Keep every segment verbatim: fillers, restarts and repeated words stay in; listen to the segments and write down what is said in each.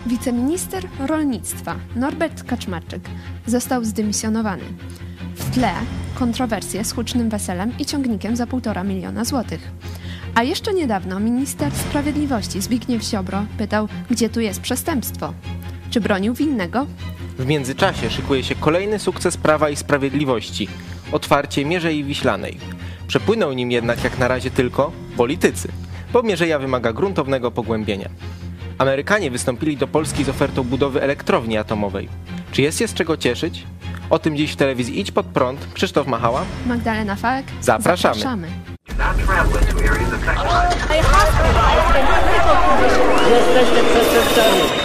Wiceminister rolnictwa Norbert Kaczmarczyk został zdymisjonowany. W tle kontrowersje z hucznym weselem i ciągnikiem za półtora miliona złotych. A jeszcze niedawno minister sprawiedliwości Zbigniew Ziobro pytał, gdzie tu jest przestępstwo. Czy bronił winnego? W międzyczasie szykuje się kolejny sukces Prawa i Sprawiedliwości – otwarcie Mierzei Wiślanej. Przepłyną nim jednak jak na razie tylko politycy, bo Mierzeja wymaga gruntownego pogłębienia. Amerykanie wystąpili do Polski z ofertą budowy elektrowni atomowej. Czy jest się z czego cieszyć? O tym dziś w telewizji Idź Pod Prąd. Krzysztof Machała. Magdalena Fałek. Zapraszamy. Zapraszamy. Jesteście przestępcami.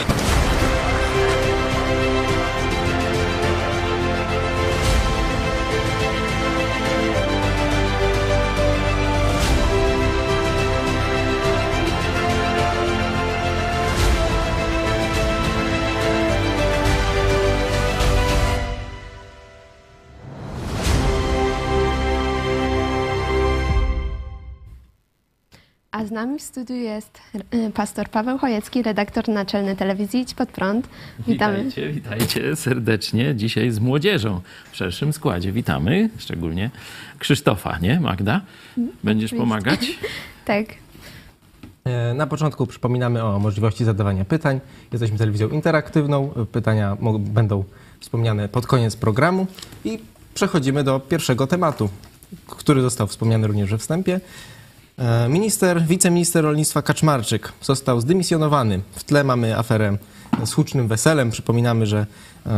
A z nami w studiu jest pastor Paweł Chojecki, redaktor naczelny telewizji Idź Pod Prąd. Witamy. Witajcie, witajcie serdecznie dzisiaj z młodzieżą w szerszym składzie. Witamy, szczególnie Krzysztofa, nie Magda? Będziesz pomagać? Tak. Na początku przypominamy o możliwości zadawania pytań. Jesteśmy telewizją interaktywną. Pytania będą wspomniane pod koniec programu. I przechodzimy do pierwszego tematu, który został wspomniany również we wstępie. Minister, wiceminister rolnictwa Kaczmarczyk został zdymisjonowany. W tle mamy aferę z hucznym weselem. Przypominamy, że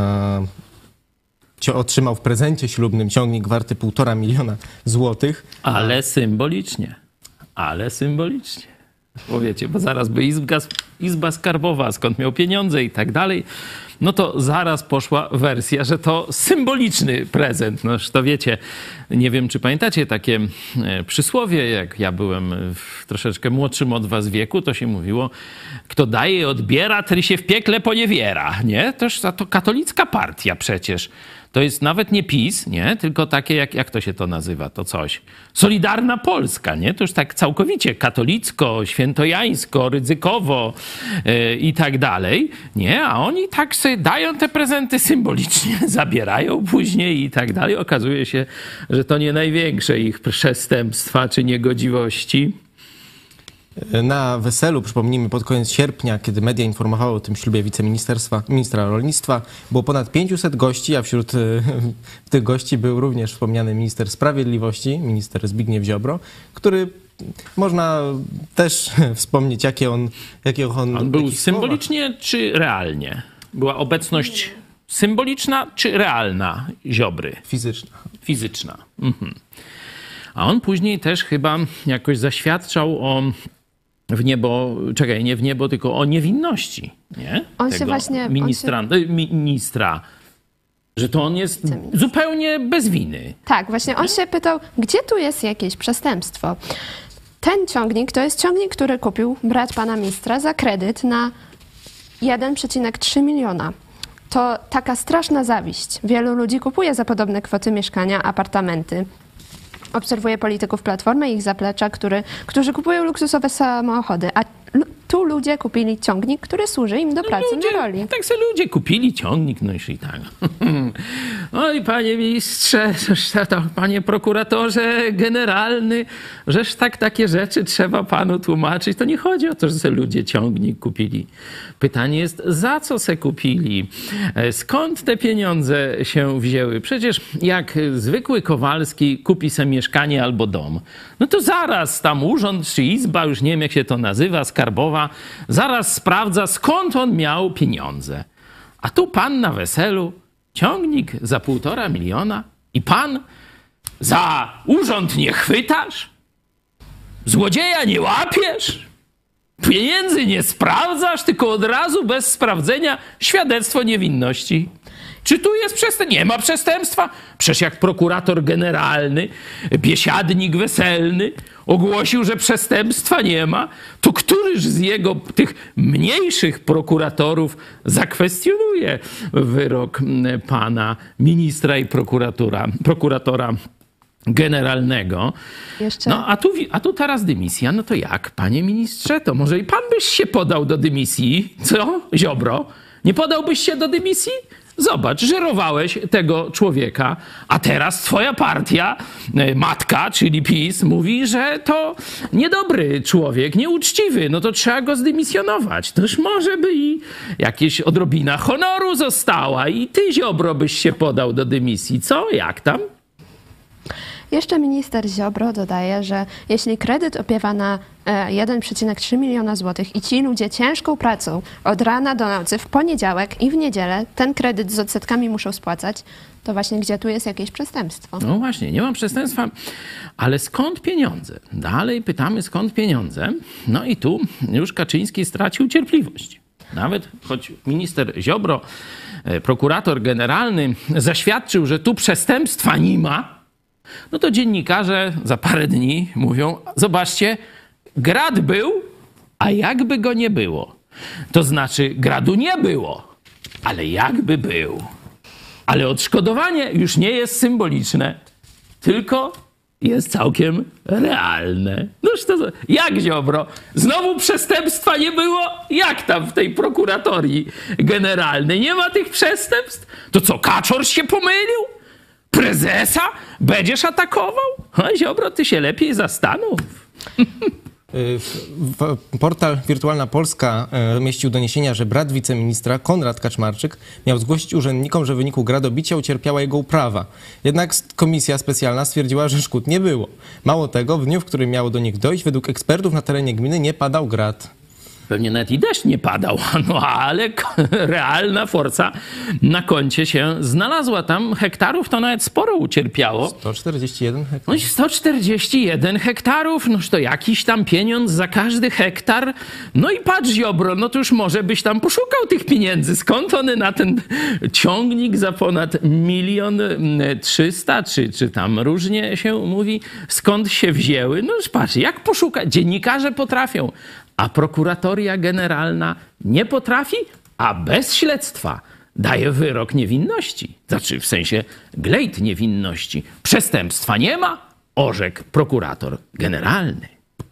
e, otrzymał w prezencie ślubnym ciągnik warty półtora miliona złotych. Ale symbolicznie. Ale symbolicznie. Bo wiecie, bo zaraz by izba, izba skarbowa, skąd miał pieniądze i tak dalej, no to zaraz poszła wersja, że to symboliczny prezent. No to wiecie, nie wiem, czy pamiętacie takie przysłowie, jak ja byłem w troszeczkę młodszym od was wieku, to się mówiło, kto daje i odbiera, ten się w piekle poniewiera, nie? Toż to katolicka partia przecież. To jest nawet nie PiS, nie? Tylko takie, jak, jak to się to nazywa, to coś. Solidarna Polska, nie? To już tak całkowicie katolicko, świętojańsko, ryzykowo yy, i tak dalej, nie? A oni tak sobie dają te prezenty symbolicznie, zabierają później i tak dalej. Okazuje się, że to nie największe ich przestępstwa czy niegodziwości. Na weselu, przypomnijmy, pod koniec sierpnia, kiedy media informowały o tym ślubie wiceministerstwa, ministra rolnictwa, było ponad pięciuset gości, a wśród tych gości był również wspomniany minister sprawiedliwości, minister Zbigniew Ziobro, który można też wspomnieć, jakie on... Jakie on, on był symbolicznie słowa. Czy realnie? Była obecność symboliczna czy realna Ziobry? Fizyczna. Fizyczna. Mhm. A on później też chyba jakoś zaświadczał o... W niebo, czekaj, nie w niebo, tylko o niewinności, nie? On Tego się właśnie... Ministra, on się... ministra, że to on jest zupełnie bez winy. Tak, właśnie on się pytał, gdzie tu jest jakieś przestępstwo. Ten ciągnik to jest ciągnik, który kupił brat pana ministra za kredyt na jeden przecinek trzy miliona. To taka straszna zawiść. Wielu ludzi kupuje za podobne kwoty mieszkania, apartamenty. Obserwuję polityków Platformy i ich zaplecza, który, którzy kupują luksusowe samochody, a tu ludzie kupili ciągnik, który służy im do pracy ludzie, na roli. Tak sobie ludzie kupili ciągnik, no i tak. Oj, panie ministrze, żeż to, panie prokuratorze generalny, żeż tak takie rzeczy trzeba panu tłumaczyć. To nie chodzi o to, że sobie ludzie ciągnik kupili. Pytanie jest, za co se kupili? Skąd te pieniądze się wzięły? Przecież jak zwykły Kowalski kupi sobie mieszkanie albo dom, no to zaraz tam urząd czy izba, już nie wiem jak się to nazywa, skarbowa, zaraz sprawdza, skąd on miał pieniądze. A tu pan na weselu, ciągnik za półtora miliona i pan za urząd nie chwytasz? Złodzieja nie łapiesz? Pieniędzy nie sprawdzasz, tylko od razu bez sprawdzenia świadectwo niewinności. Czy tu jest przestępstwo? Nie ma przestępstwa. Przecież jak prokurator generalny, biesiadnik weselny ogłosił, że przestępstwa nie ma, to któryż z jego tych mniejszych prokuratorów zakwestionuje wyrok pana ministra i prokuratora, prokuratora generalnego. Jeszcze... No a tu, a tu teraz dymisja. No to jak, panie ministrze? To może i pan byś się podał do dymisji? Co, Ziobro? Nie podałbyś się do dymisji? Zobacz, żerowałeś tego człowieka, a teraz twoja partia, matka, czyli PiS, mówi, że to niedobry człowiek, nieuczciwy, no to trzeba go zdymisjonować. Toż może by i jakieś odrobina honoru została i ty, Ziobro, byś się podał do dymisji. Co? Jak tam? Jeszcze minister Ziobro dodaje, że jeśli kredyt opiewa na jeden przecinek trzy miliona złotych i ci ludzie ciężką pracą od rana do nocy w poniedziałek i w niedzielę ten kredyt z odsetkami muszą spłacać, to właśnie gdzie tu jest jakieś przestępstwo? No właśnie, nie ma przestępstwa, ale skąd pieniądze? Dalej pytamy, skąd pieniądze? No i tu już Kaczyński stracił cierpliwość. Nawet choć minister Ziobro, prokurator generalny zaświadczył, że tu przestępstwa nie ma, no to dziennikarze za parę dni mówią, zobaczcie, grad był, a jakby go nie było. To znaczy gradu nie było, ale jakby był. Ale odszkodowanie już nie jest symboliczne, tylko jest całkiem realne. Noż to jak, Ziobro? Znowu przestępstwa nie było? Jak tam w tej prokuratorii generalnej? Nie ma tych przestępstw? To co, Kaczor się pomylił? Prezesa będziesz atakował? A Ziobro, ty się lepiej zastanów. Portal Wirtualna Polska mieścił doniesienia, że brat wiceministra Konrad Kaczmarczyk miał zgłosić urzędnikom, że w wyniku gradobicia ucierpiała jego uprawa. Jednak komisja specjalna stwierdziła, że szkód nie było. Mało tego, w dniu, w którym miało do nich dojść, według ekspertów na terenie gminy nie padał grad. Pewnie nawet i deszcz nie padał, no ale realna forca na koncie się znalazła. Tam hektarów to nawet sporo ucierpiało. sto czterdzieści jeden hektarów. No i sto czterdzieści jeden hektarów, noż to jakiś tam pieniądz za każdy hektar. No i patrz, Ziobro, no to już może byś tam poszukał tych pieniędzy. Skąd one na ten ciągnik za ponad milion trzysta, czy, czy tam różnie się mówi, skąd się wzięły? No już patrz, jak poszukać? Dziennikarze potrafią. A prokuratoria generalna nie potrafi, a bez śledztwa daje wyrok niewinności. Znaczy w sensie glejt niewinności. Przestępstwa nie ma, orzekł prokurator generalny.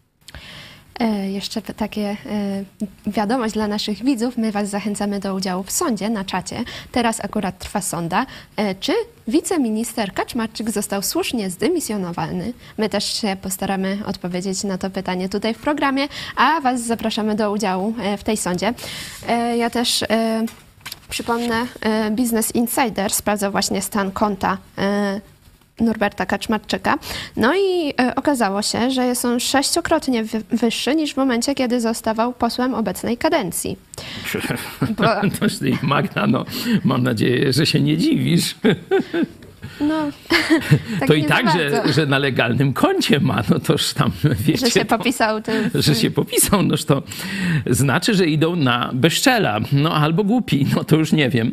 E, jeszcze takie e, wiadomość dla naszych widzów. My was zachęcamy do udziału w sądzie na czacie. Teraz akurat trwa sonda. E, czy wiceminister Kaczmarczyk został słusznie zdymisjonowany? My też się postaramy odpowiedzieć na to pytanie tutaj w programie, a was zapraszamy do udziału e, w tej sądzie. E, ja też e, przypomnę, e, Business Insider sprawdzał właśnie stan konta e, Norberta Kaczmarczyka. No i e, okazało się, że jest on sześciokrotnie wy, wyższy niż w momencie, kiedy zostawał posłem obecnej kadencji. Bo... Magda, no, mam nadzieję, że się nie dziwisz. No, tak to i tak, że, że na legalnym koncie ma, no toż tam, wiecie... Że się popisał tym. To, że się popisał, noż to znaczy, że idą na bezczela, no albo głupi, no to już nie wiem.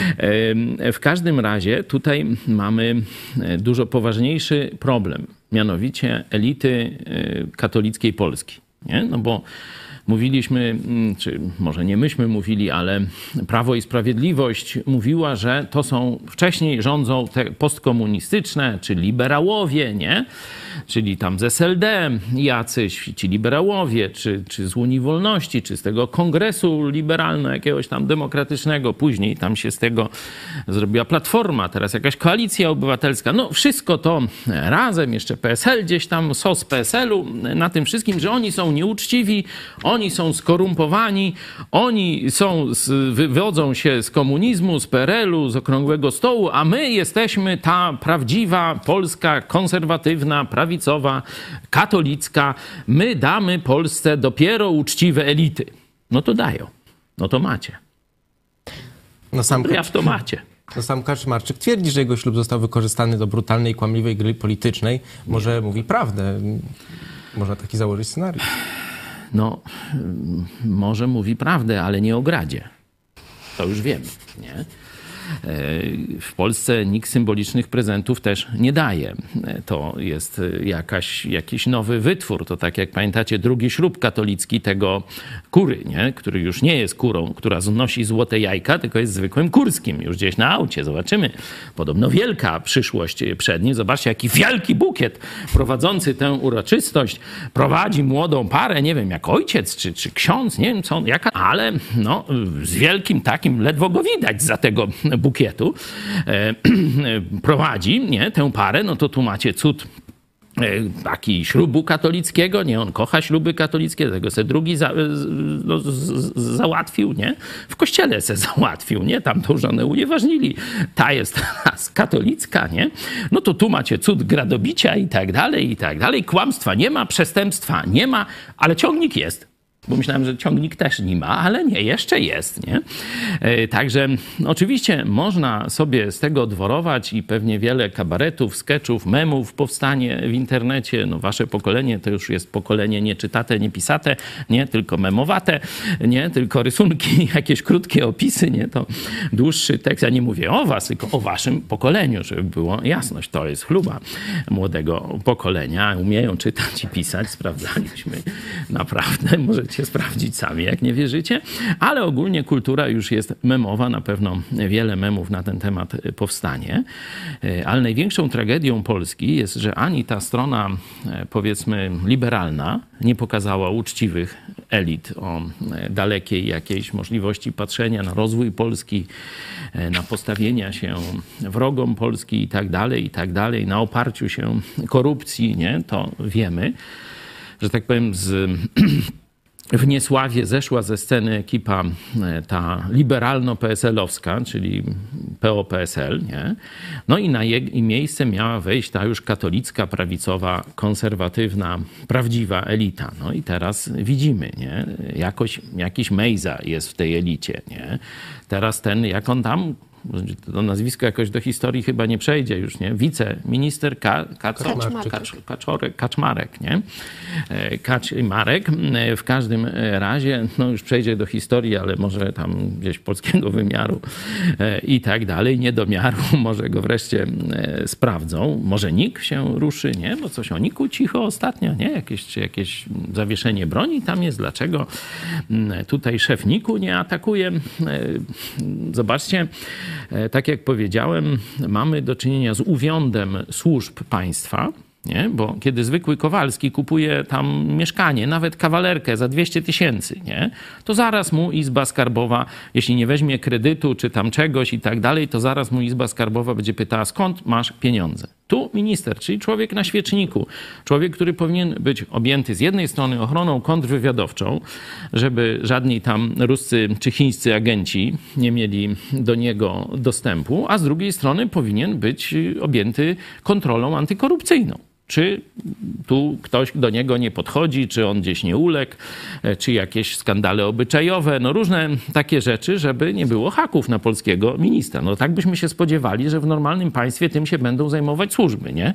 W każdym razie tutaj mamy dużo poważniejszy problem, mianowicie elity katolickiej Polski, nie? No bo mówiliśmy, czy może nie myśmy mówili, ale Prawo i Sprawiedliwość mówiła, że to są, wcześniej rządzą te postkomunistyczne, czy liberałowie, nie? Czyli tam z S L D jacyś, ci liberałowie, czy, czy z Unii Wolności, czy z tego kongresu liberalnego, jakiegoś tam demokratycznego. Później tam się z tego zrobiła Platforma, teraz jakaś Koalicja Obywatelska. No wszystko to razem, jeszcze P S L gdzieś tam, S O S P S L-u, na tym wszystkim, że oni są nieuczciwi, oni są skorumpowani, oni są, wywodzą się z komunizmu, z P R L-u, z Okrągłego Stołu, a my jesteśmy ta prawdziwa, polska, konserwatywna, prawicowa, katolicka. My damy Polsce dopiero uczciwe elity. No to dają. No to macie. No sam, ja w to macie. No sam Kaczmarczyk twierdzi, że jego ślub został wykorzystany do brutalnej, kłamliwej gry politycznej. Może Nie. mówi prawdę. Można taki założyć scenariusz. No, może mówi prawdę, ale nie o gradzie. To już wiemy, nie? W Polsce nikt symbolicznych prezentów też nie daje. To jest jakaś, jakiś nowy wytwór. To tak jak pamiętacie, drugi ślub katolicki tego kury, nie? Który już nie jest kurą, która znosi złote jajka, tylko jest zwykłym kurskim. Już gdzieś na aucie zobaczymy. Podobno wielka przyszłość przed nim. Zobaczcie, jaki wielki bukiet prowadzący tę uroczystość. Prowadzi młodą parę, nie wiem, jak ojciec czy, czy ksiądz, nie wiem co, jaka, ale no, z wielkim takim, ledwo go widać za tego bukietu. E, prowadzi, nie, tę parę, no to tu macie cud taki ślubu katolickiego, nie, on kocha śluby katolickie, dlatego se drugi za, no, z, z, załatwił, nie, w kościele se załatwił, nie, tam tą żonę unieważnili, ta jest katolicka, nie, no to tu macie cud gradobicia i tak dalej, i tak dalej, kłamstwa nie ma, przestępstwa nie ma, ale ciągnik jest. Bo myślałem, że ciągnik też nie ma, ale nie, jeszcze jest, nie? Także oczywiście można sobie z tego odworować i pewnie wiele kabaretów, sketchów, memów powstanie w internecie. No wasze pokolenie to już jest pokolenie nie czytate, nie pisate, nie, tylko memowate, nie, tylko rysunki, jakieś krótkie opisy, nie, to dłuższy tekst. Ja nie mówię o was, tylko o waszym pokoleniu, żeby było jasność. To jest chluba młodego pokolenia. Umieją czytać i pisać, sprawdzaliśmy naprawdę, możecie się sprawdzić sami, jak nie wierzycie, ale ogólnie kultura już jest memowa, na pewno wiele memów na ten temat powstanie, ale największą tragedią Polski jest, że ani ta strona, powiedzmy, liberalna nie pokazała uczciwych elit o dalekiej jakiejś możliwości patrzenia na rozwój Polski, na postawienia się wrogom Polski i tak dalej, i tak dalej, na oparciu się korupcji, nie, to wiemy, że tak powiem z w niesławie zeszła ze sceny ekipa ta liberalno-P S L-owska, czyli P O P S L, nie? No i na jej miejsce miała wejść ta już katolicka, prawicowa, konserwatywna, prawdziwa elita. No i teraz widzimy, nie? Jakoś, jakiś Mejza jest w tej elicie, nie? Teraz ten, jak on tam... To nazwisko jakoś do historii chyba nie przejdzie już, nie? Wiceminister Ka Kaczmarek, Kacz Kaczorek, Kaczmarek, nie? Kaczmarek. W każdym razie, no już przejdzie do historii, ale może tam gdzieś polskiego wymiaru i tak dalej, niedomiaru, może go wreszcie sprawdzą. Może N I K się ruszy, nie? Bo coś o N I K-u cicho ostatnio, nie? Jakieś, czy jakieś zawieszenie broni tam jest. Dlaczego tutaj szef N I K-u nie atakuje? Zobaczcie, tak jak powiedziałem, mamy do czynienia z uwiądem służb państwa, nie? Bo kiedy zwykły Kowalski kupuje tam mieszkanie, nawet kawalerkę za dwieście tysięcy, nie? To zaraz mu Izba Skarbowa, jeśli nie weźmie kredytu czy tam czegoś i tak dalej, to zaraz mu Izba Skarbowa będzie pytała, skąd masz pieniądze. Tu minister, czyli człowiek na świeczniku, człowiek, który powinien być objęty z jednej strony ochroną kontrwywiadowczą, żeby żadni tam ruscy czy chińscy agenci nie mieli do niego dostępu, a z drugiej strony powinien być objęty kontrolą antykorupcyjną. Czy tu ktoś do niego nie podchodzi, czy on gdzieś nie uległ, czy jakieś skandale obyczajowe, no różne takie rzeczy, żeby nie było haków na polskiego ministra. No tak byśmy się spodziewali, że w normalnym państwie tym się będą zajmować służby, nie?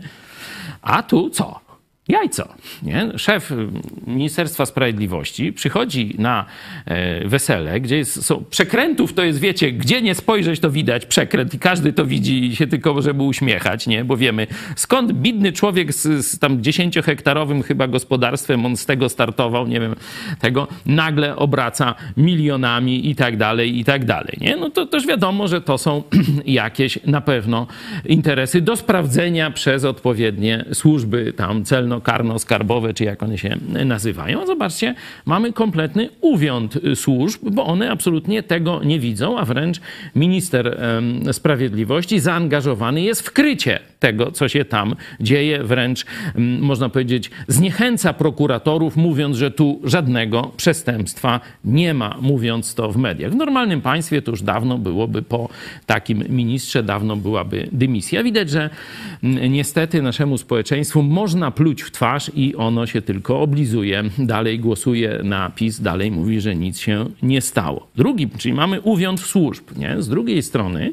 A tu co? Jajco, nie? Szef Ministerstwa Sprawiedliwości przychodzi na e, wesele, gdzie jest, są przekrętów, to jest, wiecie, gdzie nie spojrzeć, to widać przekręt i każdy to widzi i się tylko żeby uśmiechać, nie? Bo wiemy, skąd bidny człowiek z, z tam dziesięciohektarowym chyba gospodarstwem, on z tego startował, nie wiem, tego nagle obraca milionami i tak dalej, i tak dalej, nie? No to też wiadomo, że to są jakieś na pewno interesy do sprawdzenia przez odpowiednie służby tam celno karno-skarbowe, czy jak one się nazywają. Zobaczcie, mamy kompletny uwiąd służb, bo one absolutnie tego nie widzą, a wręcz minister um, sprawiedliwości zaangażowany jest w krycie tego, co się tam dzieje, wręcz um, można powiedzieć zniechęca prokuratorów, mówiąc, że tu żadnego przestępstwa nie ma, mówiąc to w mediach. W normalnym państwie to już dawno byłoby po takim ministrze, dawno byłaby dymisja. Widać, że um, niestety naszemu społeczeństwu można pluć w twarz i ono się tylko oblizuje, dalej głosuje na PiS, dalej mówi, że nic się nie stało. Drugi, czyli mamy uwiąd służb, nie? Z drugiej strony,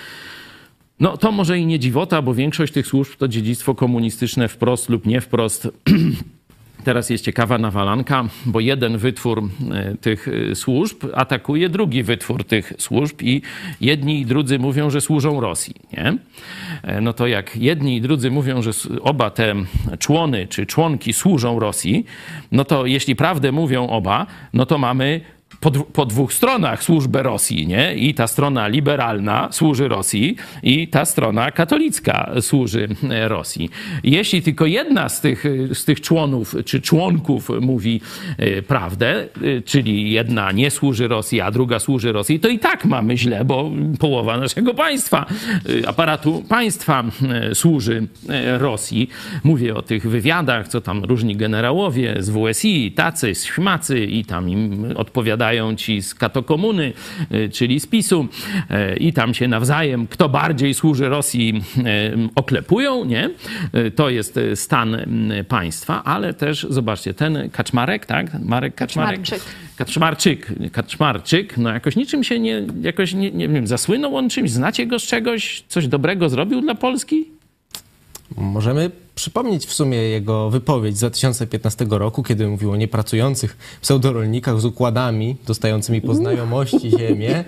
no to może i nie dziwota, bo większość tych służb to dziedzictwo komunistyczne wprost lub nie wprost teraz jest ciekawa nawalanka, bo jeden wytwór tych służb atakuje drugi wytwór tych służb i jedni i drudzy mówią, że służą Rosji, nie? No to jak jedni i drudzy mówią, że oba te człony czy członki służą Rosji, no to jeśli prawdę mówią oba, no to mamy Po, po dwóch stronach służbę Rosji, nie? I ta strona liberalna służy Rosji i ta strona katolicka służy Rosji. Jeśli tylko jedna z tych, z tych członów czy członków mówi prawdę, czyli jedna nie służy Rosji, a druga służy Rosji, to i tak mamy źle, bo połowa naszego państwa, aparatu państwa służy Rosji. Mówię o tych wywiadach, co tam różni generałowie z W S I, tacy, śmacy i tam im odpowiadają ci z katokomuny, czyli z PiSu i tam się nawzajem, kto bardziej służy Rosji, oklepują, nie? To jest stan państwa, ale też, zobaczcie, ten Kaczmarek, tak? Marek Kaczmarek? Kaczmarczyk. Kaczmarczyk. Kaczmarczyk, no jakoś niczym się nie, jakoś nie, nie wiem, zasłynął on czymś? Znacie go z czegoś? Coś dobrego zrobił dla Polski? Możemy przypomnieć w sumie jego wypowiedź z dwa tysiące piętnastego roku, kiedy mówił o niepracujących pseudorolnikach z układami dostającymi po znajomości ziemię.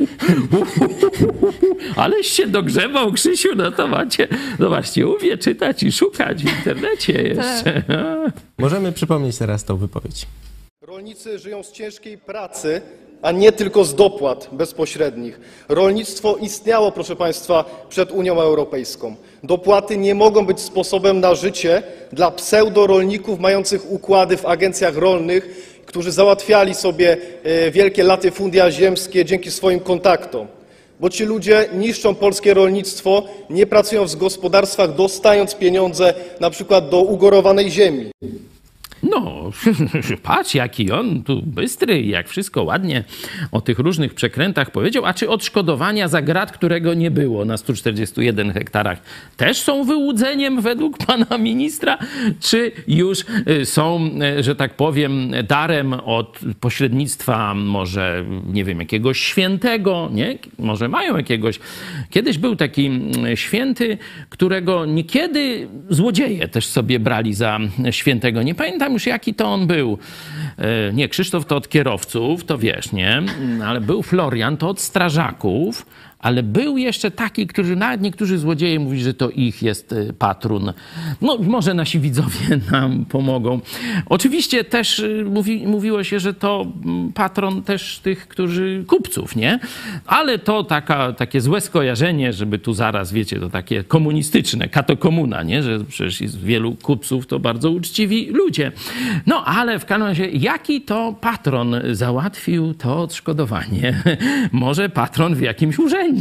Aleś się dogrzewał, Krzysiu, no to macie, zobaczcie, umie czytać i szukać w internecie jeszcze. Możemy przypomnieć teraz tą wypowiedź. Rolnicy żyją z ciężkiej pracy, a nie tylko z dopłat bezpośrednich. Rolnictwo istniało, proszę Państwa, przed Unią Europejską. Dopłaty nie mogą być sposobem na życie dla pseudorolników mających układy w agencjach rolnych, którzy załatwiali sobie wielkie latyfundia ziemskie dzięki swoim kontaktom. Bo ci ludzie niszczą polskie rolnictwo, nie pracują w gospodarstwach, dostając pieniądze na przykład do ugorowanej ziemi. No, patrz, jaki on tu bystry, jak wszystko ładnie o tych różnych przekrętach powiedział. A czy odszkodowania za grat, którego nie było na stu czterdziestu jeden hektarach, też są wyłudzeniem według pana ministra? Czy już są, że tak powiem, darem od pośrednictwa może, nie wiem, jakiegoś świętego, nie? Może mają jakiegoś... Kiedyś był taki święty, którego niekiedy złodzieje też sobie brali za świętego. Nie pamiętam już, jaki to on był. Nie, Krzysztof to od kierowców, to wiesz, nie? Ale był Florian, to od strażaków, ale był jeszcze taki, który nawet niektórzy złodzieje mówili, że to ich jest patron. No, może nasi widzowie nam pomogą. Oczywiście też mówi, mówiło się, że to patron też tych, którzy kupców, nie? Ale to taka, takie złe skojarzenie, żeby tu zaraz, wiecie, to takie komunistyczne, katokomuna, nie? Że przecież jest wielu kupców, to bardzo uczciwi ludzie. No, ale w każdym razie, jaki to patron załatwił to odszkodowanie? Może patron w jakimś urzędzie.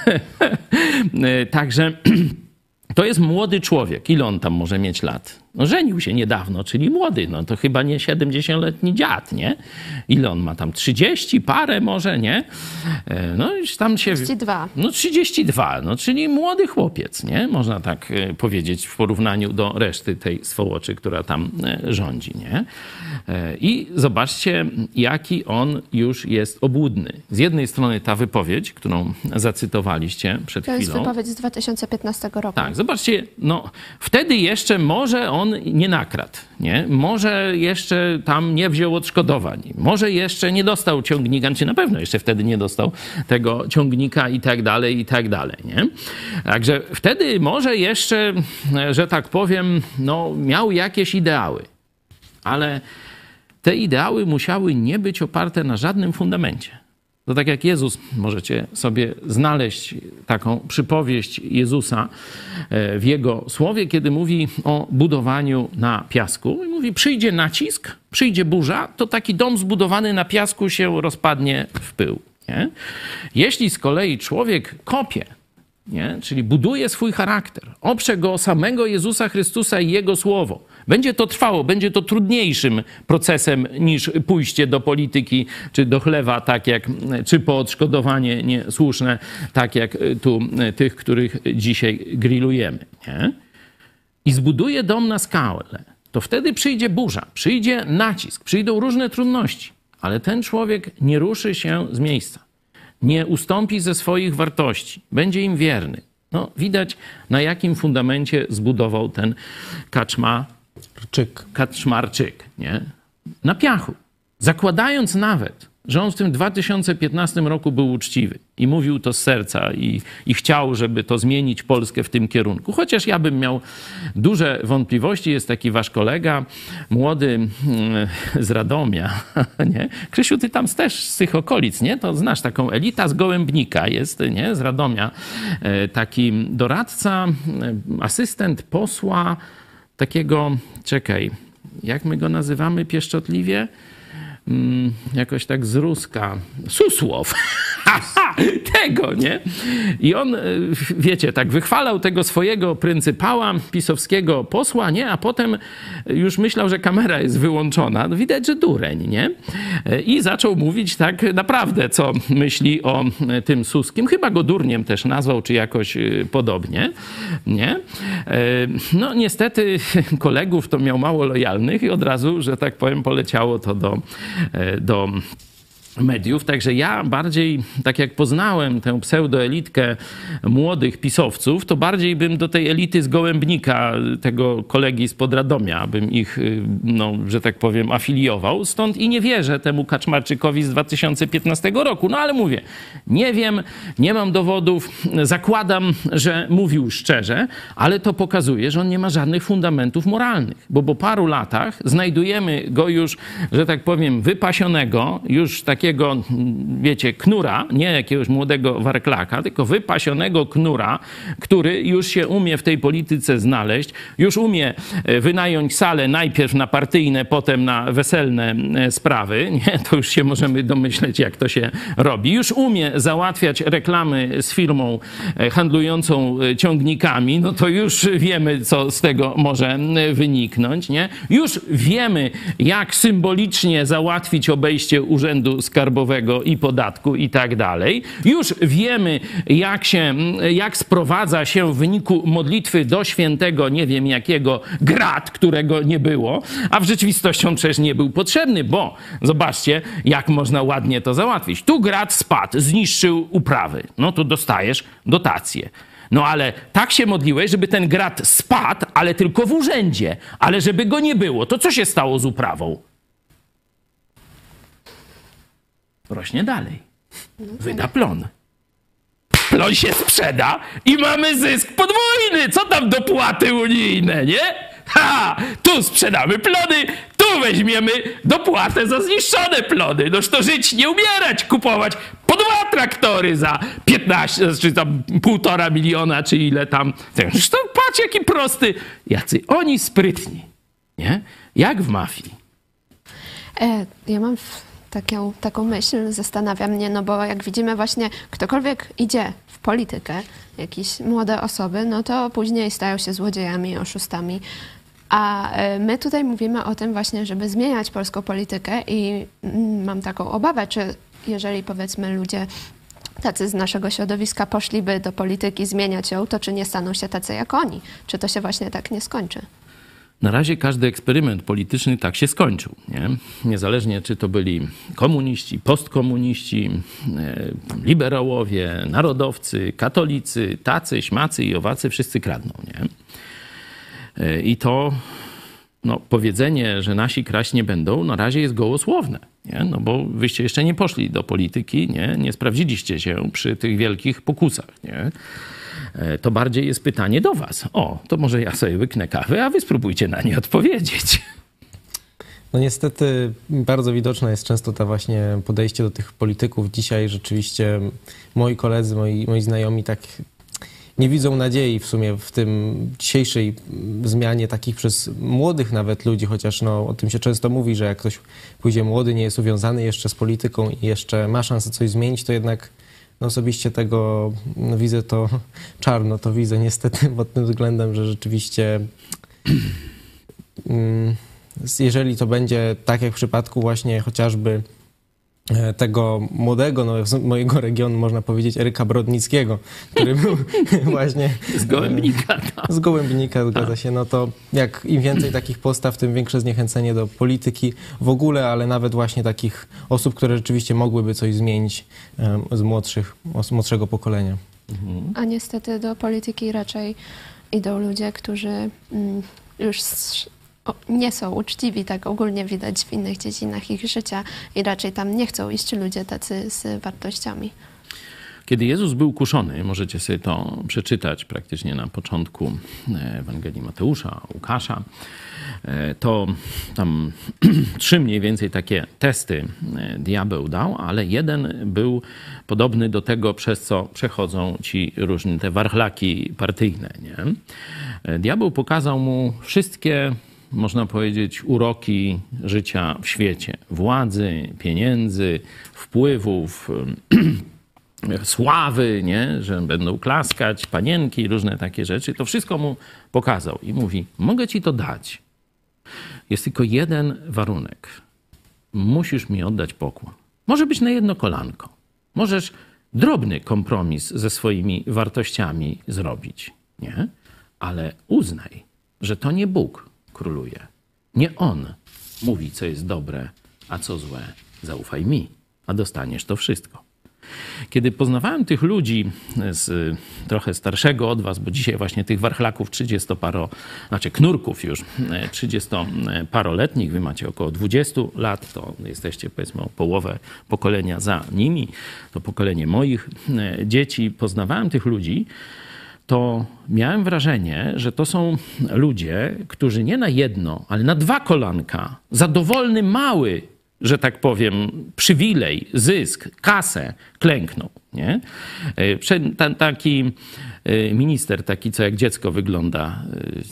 Także to jest młody człowiek. Ile on tam może mieć lat? No żenił się niedawno, czyli młody. No to chyba nie siedemdziesięcioletni dziad, nie? Ile on ma tam? trzydzieści parę może, nie? No już tam się... trzydzieści dwa. No trzydzieści dwa, no czyli młody chłopiec, nie? Można tak powiedzieć w porównaniu do reszty tej swołoczy, która tam rządzi, nie? I zobaczcie, jaki on już jest obłudny. Z jednej strony ta wypowiedź, którą zacytowaliście przed chwilą. To jest chwilą. wypowiedź z dwa tysiące piętnastego roku. Tak, zobaczcie, no wtedy jeszcze może on nie nakradł, nie? Może jeszcze tam nie wziął odszkodowań, może jeszcze nie dostał ciągnika, czy na pewno jeszcze wtedy nie dostał tego ciągnika i tak dalej, i tak dalej, nie? Także wtedy może jeszcze, że tak powiem, no miał jakieś ideały, ale te ideały musiały nie być oparte na żadnym fundamencie. To tak jak Jezus, możecie sobie znaleźć taką przypowieść Jezusa w Jego słowie, kiedy mówi o budowaniu na piasku. I mówi, przyjdzie nacisk, przyjdzie burza, to taki dom zbudowany na piasku się rozpadnie w pył. Nie? Jeśli z kolei człowiek kopie, nie? Czyli buduje swój charakter, oprze go o samego Jezusa Chrystusa i Jego słowo, będzie to trwało, będzie to trudniejszym procesem niż pójście do polityki czy do chlewa, tak jak, czy po odszkodowanie niesłuszne, tak jak tu tych, których dzisiaj grillujemy. Nie? I zbuduje dom na skałę, to wtedy przyjdzie burza, przyjdzie nacisk, przyjdą różne trudności, ale ten człowiek nie ruszy się z miejsca. Nie ustąpi ze swoich wartości, będzie im wierny. No, widać, na jakim fundamencie zbudował ten Kaczma Czyk. Kaczmarczyk, nie? Na piachu. Zakładając nawet, że on w tym dwa tysiące piętnastym roku był uczciwy i mówił to z serca i, i chciał, żeby to zmienić Polskę w tym kierunku. Chociaż ja bym miał duże wątpliwości. Jest taki wasz kolega, młody mm, z Radomia, nie? Krzysiu, ty tam też z tych okolic, nie? To znasz taką Elita z Gołębnika jest, nie? Z Radomia. E, taki doradca, e, asystent posła takiego, czekaj, jak my go nazywamy pieszczotliwie? Hmm, jakoś tak z Ruska. Susłow. Tego, nie? I on, wiecie, tak wychwalał tego swojego pryncypała, pisowskiego posła, nie? A potem już myślał, że kamera jest wyłączona. No widać, że dureń, nie? I zaczął mówić tak naprawdę, co myśli o tym Suskim. Chyba go durniem też nazwał, czy jakoś podobnie, nie? No niestety kolegów to miał mało lojalnych i od razu, że tak powiem, poleciało to do do mediów. Także ja bardziej, tak jak poznałem tę pseudoelitkę młodych pisowców, to bardziej bym do tej elity z Gołębnika, tego kolegi z Podradomia, bym ich, no, że tak powiem, afiliował. Stąd i nie wierzę temu Kaczmarczykowi z dwa tysiące piętnastego roku. No ale mówię, nie wiem, nie mam dowodów, zakładam, że mówił szczerze, ale to pokazuje, że on nie ma żadnych fundamentów moralnych, bo po paru latach znajdujemy go już, że tak powiem, wypasionego, już tak takiego, wiecie, knura, nie jakiegoś młodego warklaka, tylko wypasionego knura, który już się umie w tej polityce znaleźć, już umie wynająć salę najpierw na partyjne, potem na weselne sprawy, nie? To już się możemy domyśleć, jak to się robi. Już umie załatwiać reklamy z firmą handlującą ciągnikami, no to już wiemy, co z tego może wyniknąć, nie? Już wiemy, jak symbolicznie załatwić obejście urzędu skarbowego i podatku i tak dalej. Już wiemy, jak się, jak sprowadza się w wyniku modlitwy do świętego, nie wiem jakiego, grat, którego nie było, a w rzeczywistości on przecież nie był potrzebny, bo zobaczcie, jak można ładnie to załatwić. Tu grat spadł, zniszczył uprawy. No to dostajesz dotację. No ale tak się modliłeś, żeby ten grat spadł, ale tylko w urzędzie. Ale żeby go nie było, to co się stało z uprawą? Rośnie dalej. Wyda plon. Plon się sprzeda i mamy zysk podwójny. Co tam dopłaty unijne, nie? Ha! Tu sprzedamy plony, tu weźmiemy dopłatę za zniszczone plony. Noż to żyć, nie umierać, kupować po dwa traktory za piętnaście, czy tam półtora miliona, czy ile tam. Zresztą patrz, jaki prosty. Jacy oni sprytni, nie? Jak w mafii. E, ja mam taką, taką myśl, zastanawia mnie, no bo jak widzimy właśnie, ktokolwiek idzie w politykę, jakieś młode osoby, no to później stają się złodziejami, oszustami. A my tutaj mówimy o tym właśnie, żeby zmieniać polską politykę i mam taką obawę, czy jeżeli powiedzmy ludzie tacy z naszego środowiska poszliby do polityki zmieniać ją, to czy nie staną się tacy jak oni? Czy to się właśnie tak nie skończy? Na razie każdy eksperyment polityczny tak się skończył, nie? Niezależnie czy to byli komuniści, postkomuniści, liberałowie, narodowcy, katolicy, tacy, śmacy i owacy, wszyscy kradną, nie? I to no, powiedzenie, że nasi kraść nie będą, na razie jest gołosłowne, nie? No bo wyście jeszcze nie poszli do polityki, nie? Nie sprawdziliście się przy tych wielkich pokusach, nie? To bardziej jest pytanie do was. O, to może ja sobie łyknę kawę, a wy spróbujcie na nie odpowiedzieć. No niestety bardzo widoczne jest często to właśnie podejście do tych polityków. Dzisiaj rzeczywiście moi koledzy, moi, moi znajomi tak nie widzą nadziei w sumie w tym dzisiejszej zmianie takich przez młodych nawet ludzi, chociaż no, o tym się często mówi, że jak ktoś pójdzie młody, nie jest uwiązany jeszcze z polityką i jeszcze ma szansę coś zmienić, to jednak no osobiście tego no widzę to czarno, to widzę niestety pod tym względem, że rzeczywiście jeżeli to będzie tak jak w przypadku właśnie chociażby tego młodego, no z mojego regionu można powiedzieć Eryka Brodnickiego, który był właśnie z Gołębnika. Z Gołębnika, zgadza się. No to jak im więcej takich postaw, tym większe zniechęcenie do polityki w ogóle, ale nawet właśnie takich osób, które rzeczywiście mogłyby coś zmienić z młodszych, z młodszego pokolenia. A niestety do polityki raczej idą ludzie, którzy już o, nie są uczciwi, tak ogólnie widać w innych dziedzinach ich życia i raczej tam nie chcą iść ludzie tacy z wartościami. Kiedy Jezus był kuszony, możecie sobie to przeczytać praktycznie na początku Ewangelii Mateusza, Łukasza, to tam trzy mniej więcej takie testy diabeł dał, ale jeden był podobny do tego, przez co przechodzą ci różne te warchlaki partyjne. Nie? Diabeł pokazał mu wszystkie, można powiedzieć, uroki życia w świecie. Władzy, pieniędzy, wpływów, sławy, nie? Że będą klaskać, panienki, różne takie rzeczy. To wszystko mu pokazał i mówi, mogę ci to dać. Jest tylko jeden warunek. Musisz mi oddać pokłon. Może być na jedno kolanko. Możesz drobny kompromis ze swoimi wartościami zrobić, nie? Ale uznaj, że to nie Bóg króluje. Nie On mówi, co jest dobre, a co złe. Zaufaj mi, a dostaniesz to wszystko. Kiedy poznawałem tych ludzi z trochę starszego od was, bo dzisiaj właśnie tych warchlaków trzydziestoparo, znaczy knurków już trzydziestoparoletnich, wy macie około dwudziestu lat, to jesteście powiedzmy o połowę pokolenia za nimi, to pokolenie moich dzieci. Poznawałem tych ludzi, to miałem wrażenie, że to są ludzie, którzy nie na jedno, ale na dwa kolanka, za dowolny, mały, że tak powiem, przywilej, zysk, kasę klękną. Nie? Taki minister, taki co jak dziecko wygląda,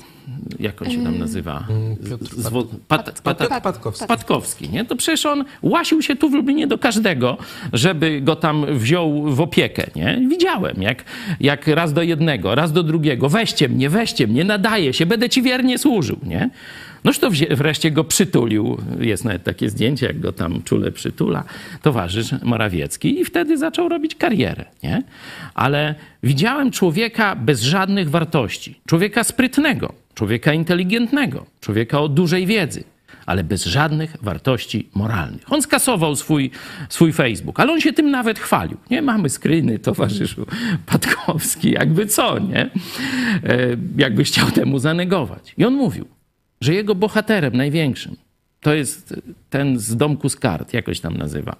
jak on się tam nazywa? Zwo- Pat- Pat- Pat- Patkowski. Patkowski, nie? To przecież on łasił się tu w Lublinie do każdego, żeby go tam wziął w opiekę, nie? Widziałem, jak, jak raz do jednego, raz do drugiego, weźcie mnie, weźcie mnie, nadaję się, będę ci wiernie służył, nie? Noż to wreszcie go przytulił, jest nawet takie zdjęcie, jak go tam czule przytula, towarzysz Morawiecki i wtedy zaczął robić karierę, nie? Ale widziałem człowieka bez żadnych wartości, człowieka sprytnego, człowieka inteligentnego, człowieka o dużej wiedzy, ale bez żadnych wartości moralnych. On skasował swój, swój Facebook, ale on się tym nawet chwalił. Nie, mamy skryny, towarzyszu Patkowski, jakby co, nie? E, jakby chciał temu zanegować. I on mówił, że jego bohaterem największym to jest ten z domku z kart, jakoś tam nazywa,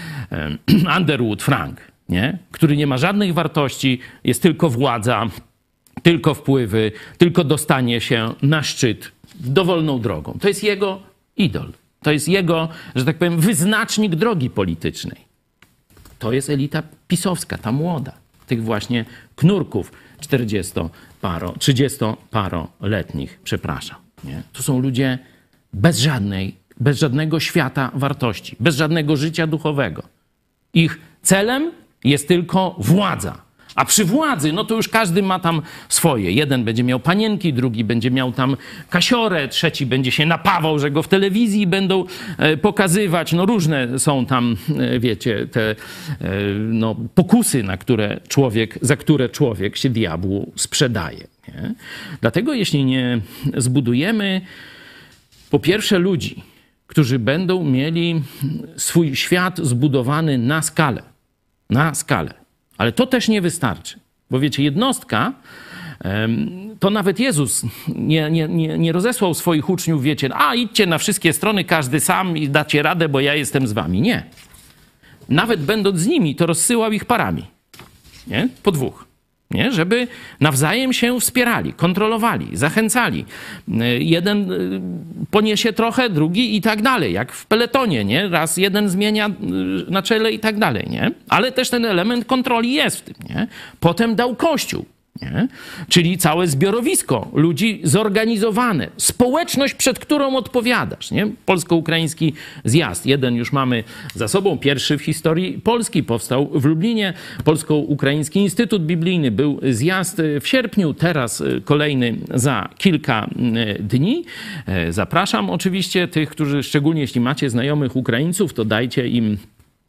Underwood Frank, nie? Który nie ma żadnych wartości, jest tylko władza, tylko wpływy, tylko dostanie się na szczyt dowolną drogą. To jest jego idol. To jest jego, że tak powiem, wyznacznik drogi politycznej. To jest elita pisowska, ta młoda, tych właśnie knurków czterdziestoparo, trzydziestoparoletnich, przepraszam. Nie? To są ludzie bez żadnej, bez żadnego świata wartości, bez żadnego życia duchowego. Ich celem jest tylko władza. A przy władzy, no to już każdy ma tam swoje. Jeden będzie miał panienki, drugi będzie miał tam kasiorę, trzeci będzie się napawał, że go w telewizji będą pokazywać. No różne są tam, wiecie, te no, pokusy, na które człowiek, za które człowiek się diabłu sprzedaje. Nie? Dlatego jeśli nie zbudujemy po pierwsze ludzi, którzy będą mieli swój świat zbudowany na skalę, na skalę, ale to też nie wystarczy, bo wiecie, jednostka, to nawet Jezus nie, nie, nie, nie rozesłał swoich uczniów, wiecie, a idźcie na wszystkie strony, każdy sam i dacie radę, bo ja jestem z wami. Nie. Nawet będąc z nimi, to rozsyłał ich parami, nie? Po dwóch. Nie? Żeby nawzajem się wspierali, kontrolowali, zachęcali. Jeden poniesie trochę, drugi i tak dalej, jak w peletonie, nie? Raz jeden zmienia na czele i tak dalej, nie? Ale też ten element kontroli jest w tym, nie? Potem dał Kościół, nie? Czyli całe zbiorowisko ludzi zorganizowane, społeczność, przed którą odpowiadasz, nie? Polsko-ukraiński zjazd. Jeden już mamy za sobą, pierwszy w historii Polski, powstał w Lublinie. Polsko-ukraiński Instytut Biblijny, był zjazd w sierpniu, teraz kolejny za kilka dni. Zapraszam oczywiście tych, którzy, szczególnie jeśli macie znajomych Ukraińców, to dajcie im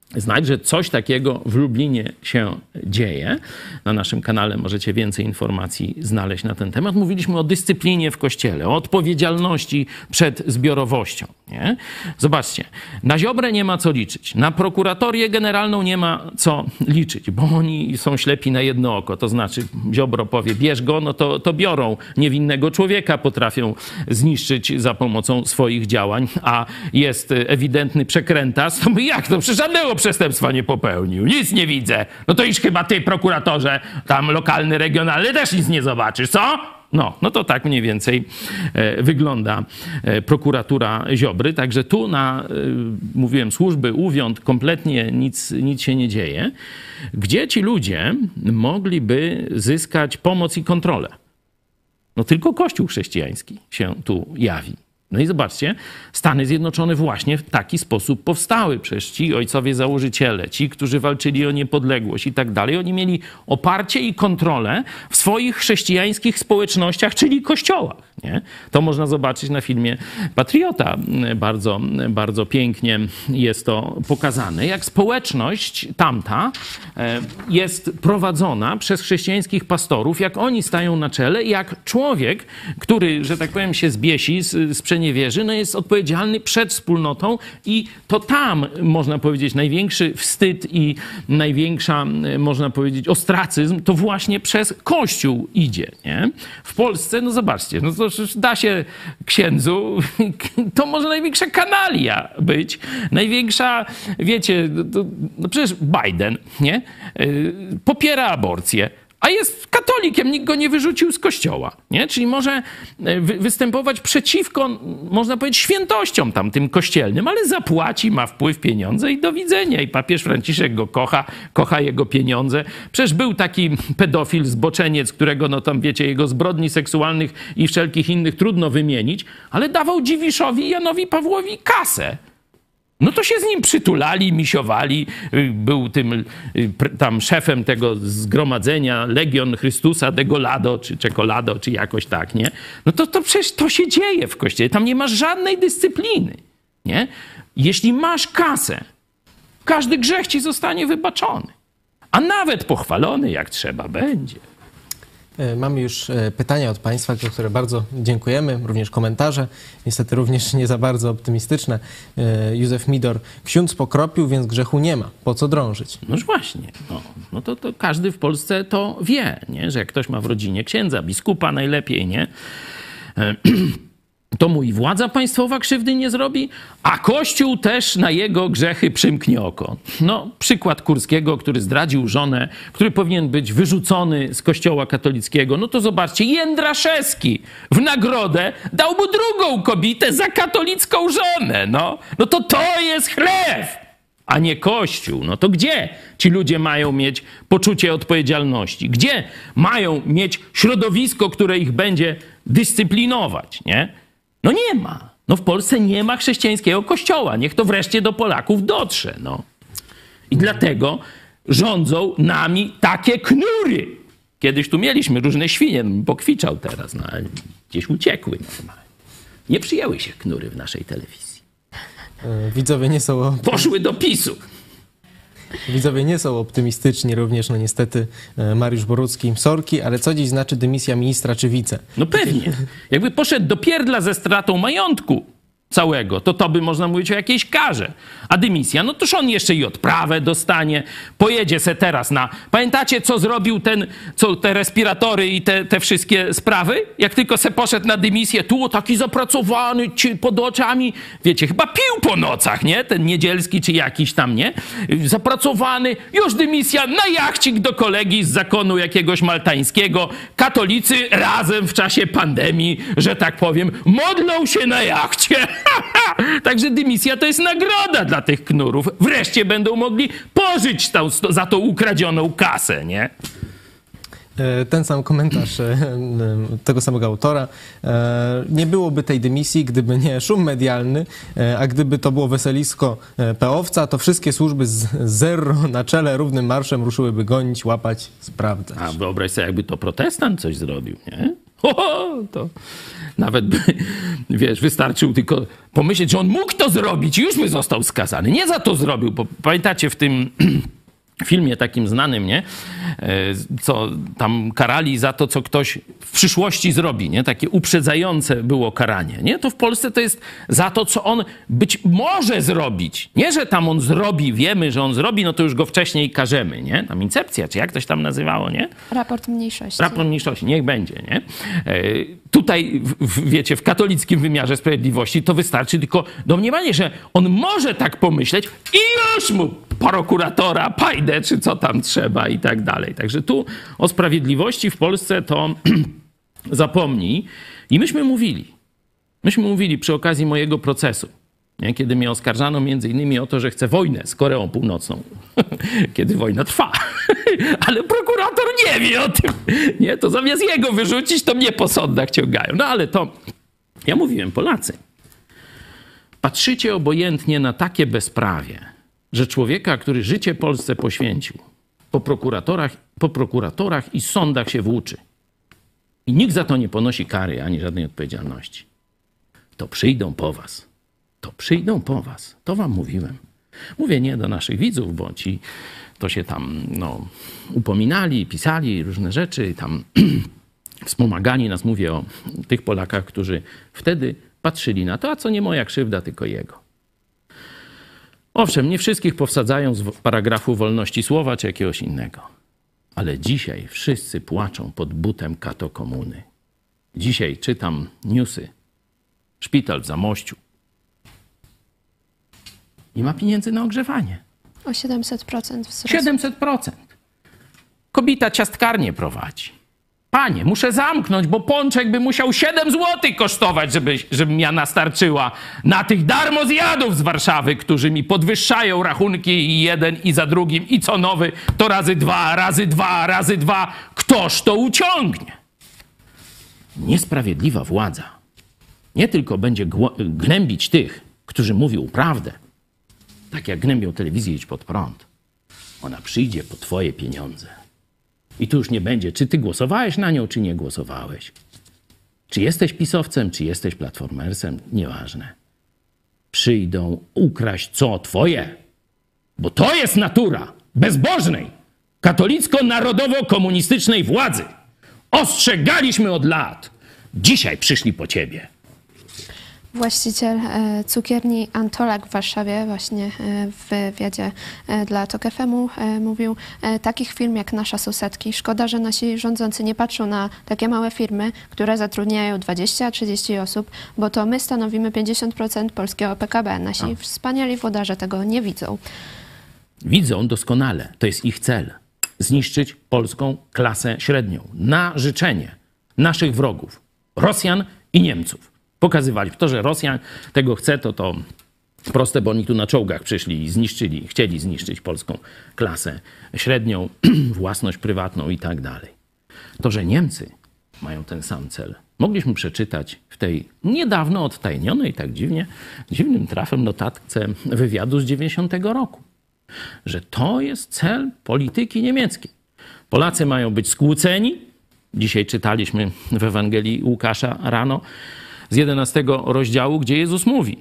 znać, że coś takiego w Lublinie się dzieje. Na naszym kanale możecie więcej informacji znaleźć na ten temat. Mówiliśmy o dyscyplinie w Kościele, o odpowiedzialności przed zbiorowością. Nie? Zobaczcie, na Ziobrę nie ma co liczyć, na prokuratorię generalną nie ma co liczyć, bo oni są ślepi na jedno oko. To znaczy Ziobro powie, bierz go, no to, to biorą. Niewinnego człowieka potrafią zniszczyć za pomocą swoich działań, a jest ewidentny przekrętas, to jak to? Przecież żadnego przestępstwa nie popełnił. Nic nie widzę. No to iż chyba ty, prokuratorze, tam lokalny, regionalny, też nic nie zobaczysz, co? No, no to tak mniej więcej e, wygląda e, prokuratura Ziobry. Także tu na, e, mówiłem, służby, uwiąd, kompletnie nic, nic się nie dzieje. Gdzie ci ludzie mogliby zyskać pomoc i kontrolę? No tylko Kościół chrześcijański się tu jawi. No i zobaczcie, Stany Zjednoczone właśnie w taki sposób powstały. Przecież ci ojcowie założyciele, ci, którzy walczyli o niepodległość i tak dalej, oni mieli oparcie i kontrolę w swoich chrześcijańskich społecznościach, czyli kościołach. Nie? To można zobaczyć na filmie Patriota. Bardzo, bardzo pięknie jest to pokazane. Jak społeczność tamta jest prowadzona przez chrześcijańskich pastorów, jak oni stają na czele, jak człowiek, który, że tak powiem, się zbiesi, sprzeniewierzy, no jest odpowiedzialny przed wspólnotą i to tam, można powiedzieć, największy wstyd i największa, można powiedzieć, ostracyzm, to właśnie przez Kościół idzie. Nie? W Polsce, no zobaczcie, no to da się księdzu, to może największa kanalia być, największa, wiecie, to, no przecież Biden, nie? Popiera aborcję, a jest katolikiem, nikt go nie wyrzucił z kościoła, nie? Czyli może wy, występować przeciwko, można powiedzieć, świętościom tam tym kościelnym, ale zapłaci, ma wpływ, pieniądze i do widzenia. I papież Franciszek go kocha, kocha jego pieniądze. Przecież był taki pedofil, zboczeniec, którego, no tam wiecie, jego zbrodni seksualnych i wszelkich innych trudno wymienić, ale dawał Dziwiszowi i Janowi Pawłowi kasę. No to się z nim przytulali, misiowali. Był tym tam szefem tego zgromadzenia Legion Chrystusa Degolado, czy Czekolado, czy jakoś tak, nie? No to, to przecież to się dzieje w Kościele. Tam nie ma żadnej dyscypliny, nie? Jeśli masz kasę, każdy grzech ci zostanie wybaczony. A nawet pochwalony, jak trzeba będzie. Mamy już pytania od Państwa, za które bardzo dziękujemy, również komentarze, niestety również nie za bardzo optymistyczne. Józef Midor, ksiądz pokropił, więc grzechu nie ma, po co drążyć? Noż właśnie, no, no to, to każdy w Polsce to wie, nie? Że jak ktoś ma w rodzinie księdza, biskupa najlepiej, nie? To mu i władza państwowa krzywdy nie zrobi, a Kościół też na jego grzechy przymknie oko. No, przykład Kurskiego, który zdradził żonę, który powinien być wyrzucony z Kościoła katolickiego. No to zobaczcie, Jędraszewski w nagrodę dał mu drugą kobietę za katolicką żonę. No, no to to jest chleb, a nie Kościół. No to gdzie ci ludzie mają mieć poczucie odpowiedzialności? Gdzie mają mieć środowisko, które ich będzie dyscyplinować, nie? No nie ma. No w Polsce nie ma chrześcijańskiego kościoła. Niech to wreszcie do Polaków dotrze. No. I dlatego rządzą nami takie knury. Kiedyś tu mieliśmy różne świnie, pokwiczał teraz, no ale gdzieś uciekły normalnie. Nie przyjęły się knury w naszej telewizji. Widzowie nie są... Poszły do PiSu. Widzowie nie są optymistyczni, również no niestety Mariusz Borucki, sorki, ale co dziś znaczy dymisja ministra czy wice? No pewnie. Jakby poszedł do pierdla ze stratą majątku całego, to to by można mówić o jakiejś karze. A dymisja, no toż on jeszcze i odprawę dostanie, pojedzie se teraz na... Pamiętacie, co zrobił ten, co te respiratory i te, te wszystkie sprawy? Jak tylko se poszedł na dymisję, tu taki zapracowany, ci, pod oczami, wiecie, chyba pił po nocach, nie? Ten Niedzielski czy jakiś tam, nie? Zapracowany, już dymisja, na jachcik do kolegi z zakonu jakiegoś maltańskiego. Katolicy razem w czasie pandemii, że tak powiem, modlą się na jachcie. Także dymisja to jest nagroda dla tych knurów. Wreszcie będą mogli pożyć tą, za tą ukradzioną kasę, nie? Ten sam komentarz tego samego autora. Nie byłoby tej dymisji, gdyby nie szum medialny, a gdyby to było weselisko peowca, to wszystkie służby z zero na czele równym marszem ruszyłyby gonić, łapać, sprawdzać. A wyobraź sobie, jakby to protestant coś zrobił, nie? O, to nawet by, wiesz, wystarczył tylko pomyśleć, że on mógł to zrobić i już by został skazany. Nie za to zrobił, bo pamiętacie w tym filmie takim znanym, nie? Co tam karali za to, co ktoś w przyszłości zrobi, nie? Takie uprzedzające było karanie, nie? To w Polsce to jest za to, co on być może zrobić. Nie, że tam on zrobi, wiemy, że on zrobi, no to już go wcześniej karzemy, nie? Tam incepcja, czy jak to się tam nazywało, nie? Raport mniejszości. Raport mniejszości, niech będzie, nie? Tutaj, w, wiecie, w katolickim wymiarze sprawiedliwości to wystarczy tylko domniemanie, że on może tak pomyśleć i już mu prokuratora, pajdę, czy co tam trzeba i tak dalej. Także tu o sprawiedliwości w Polsce to zapomnij. I myśmy mówili, myśmy mówili przy okazji mojego procesu, nie? Kiedy mnie oskarżano między innymi o to, że chcę wojnę z Koreą Północną, kiedy wojna trwa. Ale prokurator nie wie o tym. Nie, to zamiast jego wyrzucić, to mnie po sądach ciągają. No ale to, ja mówiłem, Polacy, patrzycie obojętnie na takie bezprawie, że człowieka, który życie Polsce poświęcił, po prokuratorach, po prokuratorach i sądach się włóczy i nikt za to nie ponosi kary ani żadnej odpowiedzialności, to przyjdą po was. To przyjdą po was. To wam mówiłem. Mówię nie do naszych widzów, bo ci to się tam no, upominali, pisali różne rzeczy, tam wspomagani nas. Mówię o tych Polakach, którzy wtedy patrzyli na to, a co nie moja krzywda, tylko jego. Owszem, nie wszystkich powsadzają z paragrafu wolności słowa czy jakiegoś innego. Ale dzisiaj wszyscy płaczą pod butem kato komuny. Dzisiaj czytam newsy. Szpital w Zamościu. Nie ma pieniędzy na ogrzewanie. O siedemset procent wzrost. siedemset procent. Kobieta ciastkarnię prowadzi. Panie, muszę zamknąć, bo pączek by musiał siedem złotych kosztować, żeby, żebym ja nastarczyła na tych darmozjadów z Warszawy, którzy mi podwyższają rachunki i jeden i za drugim i co nowy to razy dwa, razy dwa, razy dwa. Ktoż to uciągnie? Niesprawiedliwa władza nie tylko będzie gnębić tych, którzy mówią prawdę, tak jak gnębią telewizję Idź Pod Prąd. Ona przyjdzie po twoje pieniądze. I tu już nie będzie, czy ty głosowałeś na nią, czy nie głosowałeś. Czy jesteś pisowcem, czy jesteś platformersem, nieważne. Przyjdą ukraść co twoje. Bo to jest natura bezbożnej, katolicko-narodowo-komunistycznej władzy. Ostrzegaliśmy od lat. Dzisiaj przyszli po ciebie. Właściciel e, cukierni Antolak w Warszawie właśnie e, w wywiadzie e, dla Tok F M-u e, mówił e, takich firm jak Nasza Susetki. Szkoda, że nasi rządzący nie patrzą na takie małe firmy, które zatrudniają dwadzieścia trzydzieści osób, bo to my stanowimy pięćdziesiąt procent polskiego P K B. Nasi A. wspaniali włodarze tego nie widzą. Widzą doskonale. To jest ich cel. Zniszczyć polską klasę średnią na życzenie naszych wrogów, Rosjan i Niemców. Pokazywali. To, że Rosjan tego chce, to to proste, bo oni tu na czołgach przyszli i zniszczyli, chcieli zniszczyć polską klasę średnią, własność prywatną i tak dalej. To, że Niemcy mają ten sam cel, mogliśmy przeczytać w tej niedawno odtajnionej, tak dziwnie, dziwnym trafem notatce wywiadu z dziewięćdziesiątego roku. Że to jest cel polityki niemieckiej. Polacy mają być skłóceni. Dzisiaj czytaliśmy w Ewangelii Łukasza rano, z jedenastego rozdziału, gdzie Jezus mówi: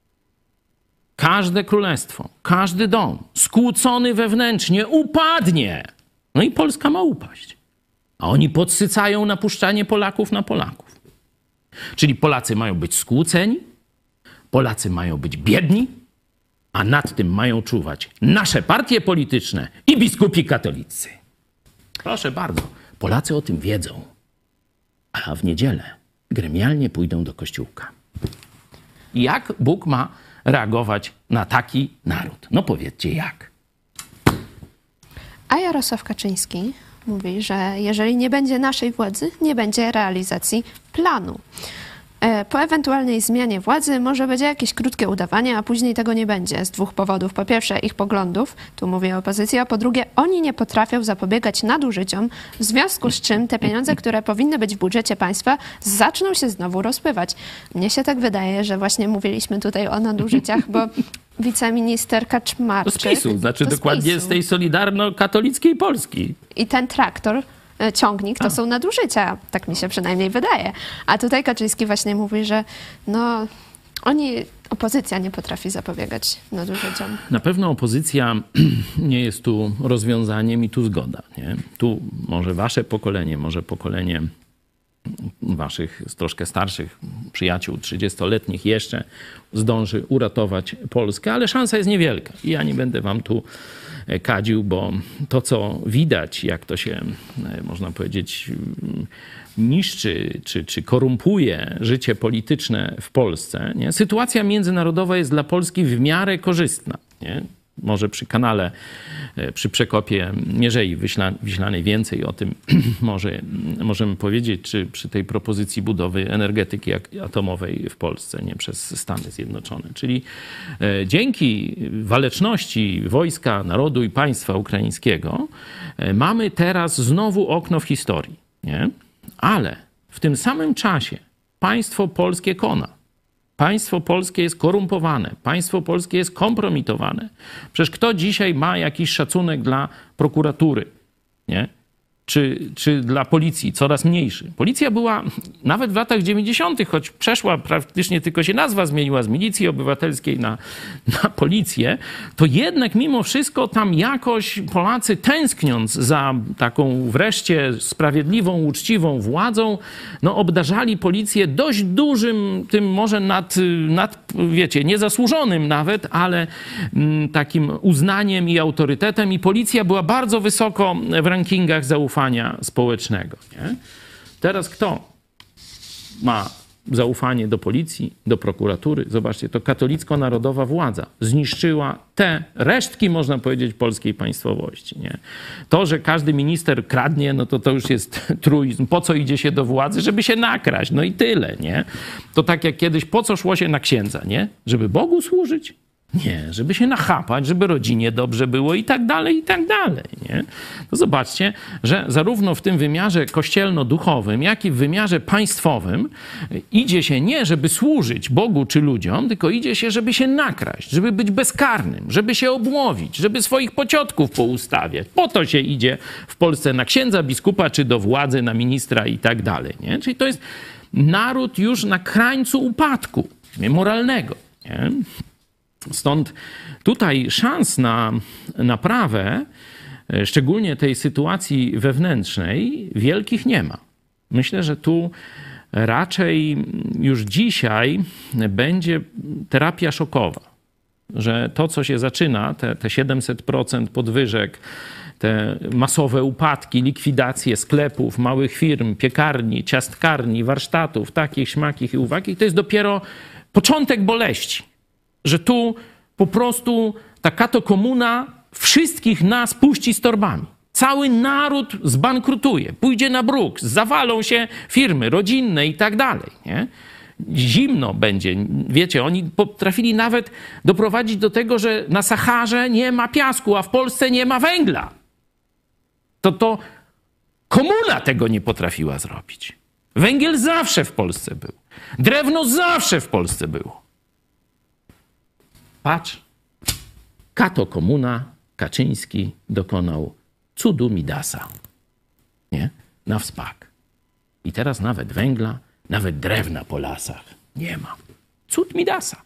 każde królestwo, każdy dom skłócony wewnętrznie upadnie. No i Polska ma upaść. A oni podsycają napuszczanie Polaków na Polaków. Czyli Polacy mają być skłóceni, Polacy mają być biedni, a nad tym mają czuwać nasze partie polityczne i biskupi katolicy. Proszę bardzo, Polacy o tym wiedzą. A w niedzielę gremialnie pójdą do kościółka. Jak Bóg ma reagować na taki naród? No powiedzcie jak. A Jarosław Kaczyński mówi, że jeżeli nie będzie naszej władzy, nie będzie realizacji planu. Po ewentualnej zmianie władzy może będzie jakieś krótkie udawanie, a później tego nie będzie z dwóch powodów. Po pierwsze ich poglądów, tu mówię o opozycji, a po drugie oni nie potrafią zapobiegać nadużyciom, w związku z czym te pieniądze, które powinny być w budżecie państwa, zaczną się znowu rozpływać. Mnie się tak wydaje, że właśnie mówiliśmy tutaj o nadużyciach, bo wiceminister Kaczmarczyk... To z PiSu, znaczy to dokładnie z, z tej solidarno-katolickiej Polski. I ten traktor e, ciągnik, to A. są nadużycia. Tak mi się przynajmniej wydaje. A tutaj Kaczyński właśnie mówi, że no oni, opozycja nie potrafi zapobiegać nadużyciom. Na pewno opozycja nie jest tu rozwiązaniem i tu zgoda. Nie? Tu może wasze pokolenie, może pokolenie waszych troszkę starszych przyjaciół, trzydziestoletnich jeszcze zdąży uratować Polskę, ale szansa jest niewielka. I ja nie będę wam tu kadził, bo to, co widać, jak to się, można powiedzieć, niszczy czy, czy korumpuje życie polityczne w Polsce, nie? Sytuacja międzynarodowa jest dla Polski w miarę korzystna. Nie? Może przy kanale, przy przekopie Mierzei Wiślanej więcej o tym może, możemy powiedzieć, czy przy tej propozycji budowy energetyki atomowej w Polsce, nie przez Stany Zjednoczone. Czyli dzięki waleczności wojska, narodu i państwa ukraińskiego mamy teraz znowu okno w historii. Nie? Ale w tym samym czasie państwo polskie kona. Państwo polskie jest korumpowane, państwo polskie jest kompromitowane. Przecież kto dzisiaj ma jakiś szacunek dla prokuratury, nie? Czy, czy dla policji, coraz mniejszy. Policja była nawet w latach dziewięćdziesiątych, choć przeszła, praktycznie tylko się nazwa zmieniła z milicji obywatelskiej na, na policję, to jednak mimo wszystko tam jakoś Polacy, tęskniąc za taką wreszcie sprawiedliwą, uczciwą władzą, no obdarzali policję dość dużym, tym może nad, nad wiecie, niezasłużonym nawet, ale m, takim uznaniem i autorytetem i policja była bardzo wysoko w rankingach zaufania społecznego. Nie? Teraz kto ma zaufanie do policji, do prokuratury? Zobaczcie, to katolicko-narodowa władza zniszczyła te resztki, można powiedzieć, polskiej państwowości. Nie? To, że każdy minister kradnie, no to to już jest truizm. Po co idzie się do władzy? Żeby się nakraść. No i tyle. Nie? To tak jak kiedyś, po co szło się na księdza? Nie? Żeby Bogu służyć? Nie, żeby się nachapać, żeby rodzinie dobrze było i tak dalej, i tak dalej. Nie? To zobaczcie, że zarówno w tym wymiarze kościelno-duchowym, jak i w wymiarze państwowym idzie się nie, żeby służyć Bogu czy ludziom, tylko idzie się, żeby się nakraść, żeby być bezkarnym, żeby się obłowić, żeby swoich pociotków poustawiać. Po to się idzie w Polsce na księdza, biskupa, czy do władzy, na ministra i tak dalej. Nie? Czyli to jest naród już na krańcu upadku nie? moralnego. Nie? Stąd tutaj szans na naprawę, szczególnie tej sytuacji wewnętrznej, wielkich nie ma. Myślę, że tu raczej już dzisiaj będzie terapia szokowa, że to, co się zaczyna, te, te siedemset procent podwyżek, te masowe upadki, likwidacje sklepów, małych firm, piekarni, ciastkarni, warsztatów, takich, śmakich i uwagich, to jest dopiero początek boleści. Że tu po prostu ta katokomuna wszystkich nas puści z torbami. Cały naród zbankrutuje, pójdzie na bruk, zawalą się firmy rodzinne i tak dalej. Nie? Zimno będzie. Wiecie, oni potrafili nawet doprowadzić do tego, że na Saharze nie ma piasku, a w Polsce nie ma węgla. To to komuna tego nie potrafiła zrobić. Węgiel zawsze w Polsce był. Drewno zawsze w Polsce było. Patrz, kato komuna, Kaczyński dokonał cudu Midasa. Nie? Na wspak. I teraz nawet węgla, nawet drewna po lasach nie ma. Cud Midasa.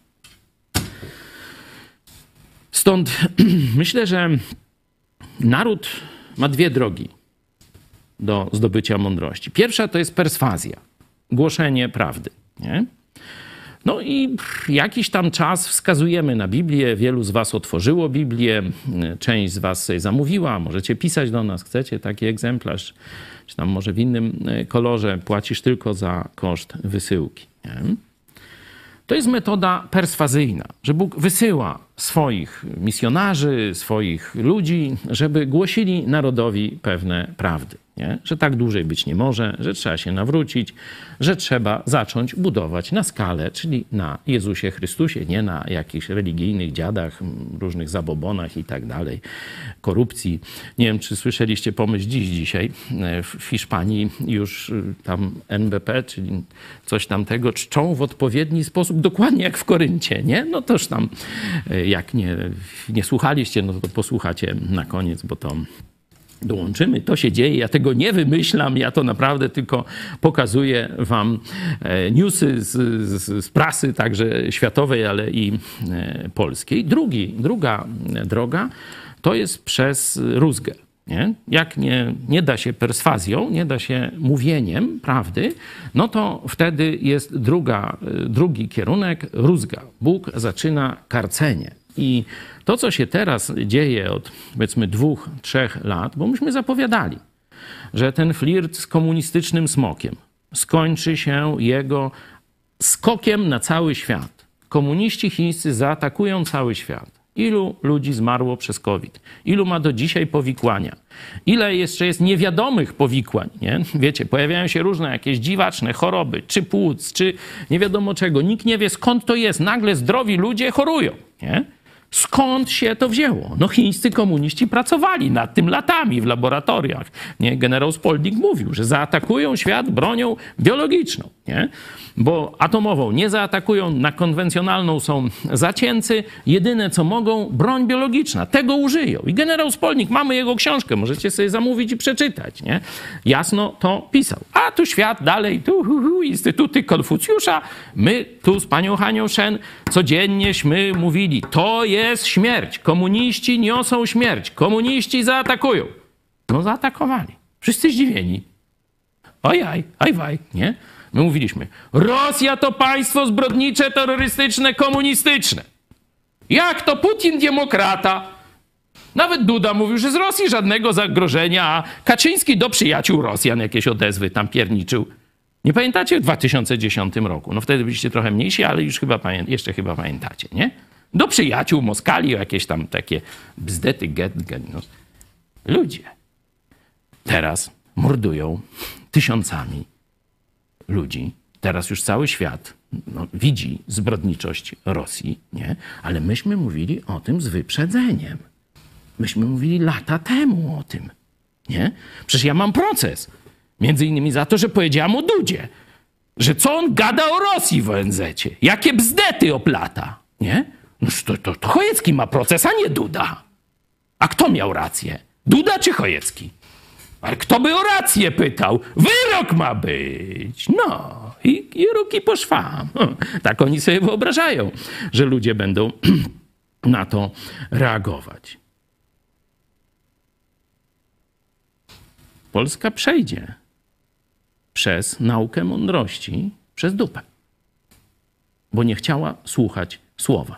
Stąd myślę, że naród ma dwie drogi do zdobycia mądrości. Pierwsza to jest perswazja, głoszenie prawdy. Nie? No i jakiś tam czas wskazujemy na Biblię. Wielu z was otworzyło Biblię, część z was sobie zamówiła. Możecie pisać do nas, chcecie taki egzemplarz, czy tam może w innym kolorze. Płacisz tylko za koszt wysyłki. Nie? To jest metoda perswazyjna, że Bóg wysyła swoich misjonarzy, swoich ludzi, żeby głosili narodowi pewne prawdy. Nie? Że tak dłużej być nie może, że trzeba się nawrócić, że trzeba zacząć budować na skalę, czyli na Jezusie Chrystusie, nie na jakichś religijnych dziadach, różnych zabobonach i tak dalej, korupcji. Nie wiem, czy słyszeliście pomysł dziś dzisiaj w Hiszpanii już tam N B P, czyli coś tamtego, czczą w odpowiedni sposób, dokładnie jak w Koryncie, nie? No toż tam, jak nie, nie słuchaliście, no to posłuchacie na koniec, bo to dołączymy. To się dzieje, ja tego nie wymyślam, ja to naprawdę tylko pokazuję wam newsy z, z, z prasy, także światowej, ale i polskiej. Drugi, druga droga to jest przez rózgę. Nie? Jak nie, nie da się perswazją, nie da się mówieniem prawdy, no to wtedy jest druga, drugi kierunek, rózga. Bóg zaczyna karcenie. I to, co się teraz dzieje od powiedzmy dwóch, trzech lat, bo myśmy zapowiadali, że ten flirt z komunistycznym smokiem skończy się jego skokiem na cały świat. Komuniści chińscy zaatakują cały świat. Ilu ludzi zmarło przez COVID? Ilu ma do dzisiaj powikłania? Ile jeszcze jest niewiadomych powikłań? Nie? Wiecie, pojawiają się różne jakieś dziwaczne choroby, czy płuc, czy nie wiadomo czego. Nikt nie wie, skąd to jest. Nagle zdrowi ludzie chorują. Nie? Skąd się to wzięło? No chińscy komuniści pracowali nad tym latami w laboratoriach. Nie? Generał Spalding mówił, że zaatakują świat bronią biologiczną. Nie? Bo atomową nie zaatakują, na konwencjonalną są zacięcy. Jedyne co mogą, broń biologiczna. Tego użyją. I generał Spalding, mamy jego książkę, możecie sobie zamówić i przeczytać. Nie? Jasno to pisał. A tu świat dalej, tu hu, hu, instytuty Konfucjusza. My tu z panią Hanią Shen codziennieśmy mówili, to jest śmierć. Komuniści niosą śmierć. Komuniści zaatakują. No zaatakowali. Wszyscy zdziwieni. Ojaj, ajwaj, nie? My mówiliśmy, Rosja to państwo zbrodnicze, terrorystyczne, komunistyczne. Jak to Putin demokrata? Nawet Duda mówił, że z Rosji żadnego zagrożenia, a Kaczyński do przyjaciół Rosjan jakieś odezwy tam pierniczył. Nie pamiętacie? W dwa tysiące dziesiątym roku. No wtedy byliście trochę mniejsi, ale już chyba pamię- jeszcze chyba pamiętacie, nie? Do przyjaciół Moskali, jakieś tam takie bzdety, get, get, no. Ludzie teraz mordują tysiącami ludzi. Teraz już cały świat no, widzi zbrodniczość Rosji, nie? Ale myśmy mówili o tym z wyprzedzeniem. Myśmy mówili lata temu o tym, nie? Przecież ja mam proces. Między innymi za to, że powiedziałam o Dudzie. Że co on gada o Rosji w O N Z-cie. Jakie bzdety oplata, nie? No to, to, to Chojecki ma proces, a nie Duda. A kto miał rację? Duda czy Chojecki? Ale kto by o rację pytał? Wyrok ma być. No i, i ruki po szwam. Tak oni sobie wyobrażają, że ludzie będą na to reagować. Polska przejdzie przez naukę mądrości, przez dupę. Bo nie chciała słuchać słowa.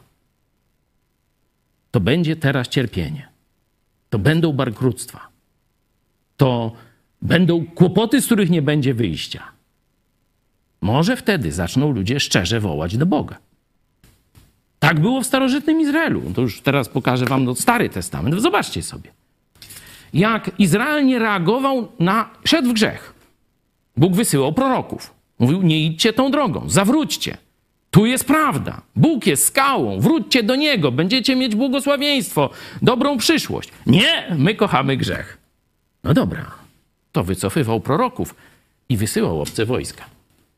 To będzie teraz cierpienie. To będą bankructwa. To będą kłopoty, z których nie będzie wyjścia. Może wtedy zaczną ludzie szczerze wołać do Boga. Tak było w starożytnym Izraelu. To już teraz pokażę wam no, Stary Testament. Zobaczcie sobie. Jak Izrael nie reagował na... Szedł w grzech. Bóg wysyłał proroków. Mówił, nie idźcie tą drogą, zawróćcie. Tu jest prawda. Bóg jest skałą. Wróćcie do Niego. Będziecie mieć błogosławieństwo, dobrą przyszłość. Nie, my kochamy grzech. No dobra, to wycofywał proroków i wysyłał obce wojska.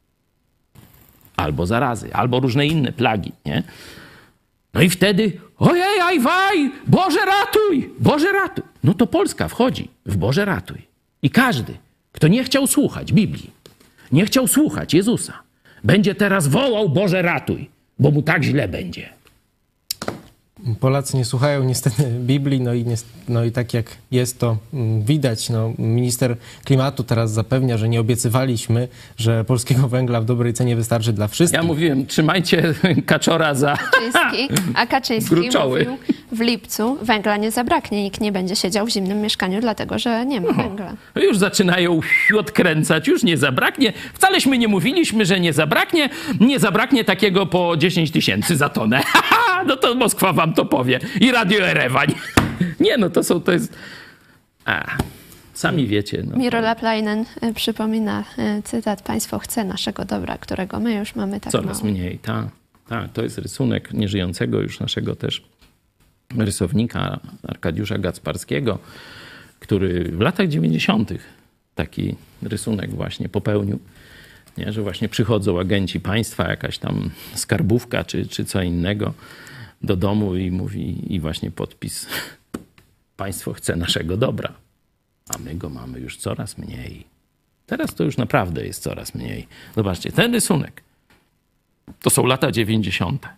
Albo zarazy, albo różne inne plagi, nie? No i wtedy, ojej, ajwaj, Boże ratuj, Boże ratuj. No to Polska wchodzi w Boże ratuj. I każdy, kto nie chciał słuchać Biblii, nie chciał słuchać Jezusa, będzie teraz wołał Boże ratuj, bo mu tak źle będzie. Polacy nie słuchają niestety Biblii, no i, no i tak jak jest to widać, no, minister klimatu teraz zapewnia, że nie obiecywaliśmy, że polskiego węgla w dobrej cenie wystarczy dla wszystkich. Ja mówiłem, trzymajcie kaczora za Kaczyński, a Kaczyński gruczoły. mówił, w lipcu węgla nie zabraknie, nikt nie będzie siedział w zimnym mieszkaniu, dlatego że nie ma węgla. No, już zaczynają odkręcać, już nie zabraknie. Wcaleśmy nie mówiliśmy, że nie zabraknie. Nie zabraknie takiego po dziesięć tysięcy za tonę. No to Moskwa wam to powie. I Radio Erewań. Nie, no to są, to jest... A, sami wiecie. No. Miro Laplainen y, przypomina y, cytat, państwo chce naszego dobra, którego my już mamy tak Coraz mało. mniej, tak. Ta, to jest rysunek nieżyjącego już naszego też rysownika Arkadiusza Gacparskiego, który w latach dziewięćdziesiątych taki rysunek właśnie popełnił. Nie, że właśnie przychodzą agenci państwa, jakaś tam skarbówka czy, czy co innego do domu i mówi, i właśnie podpis państwo chce naszego dobra. a my go mamy już coraz mniej. Teraz to już naprawdę jest coraz mniej. Zobaczcie, ten rysunek to są lata dziewięćdziesiąte.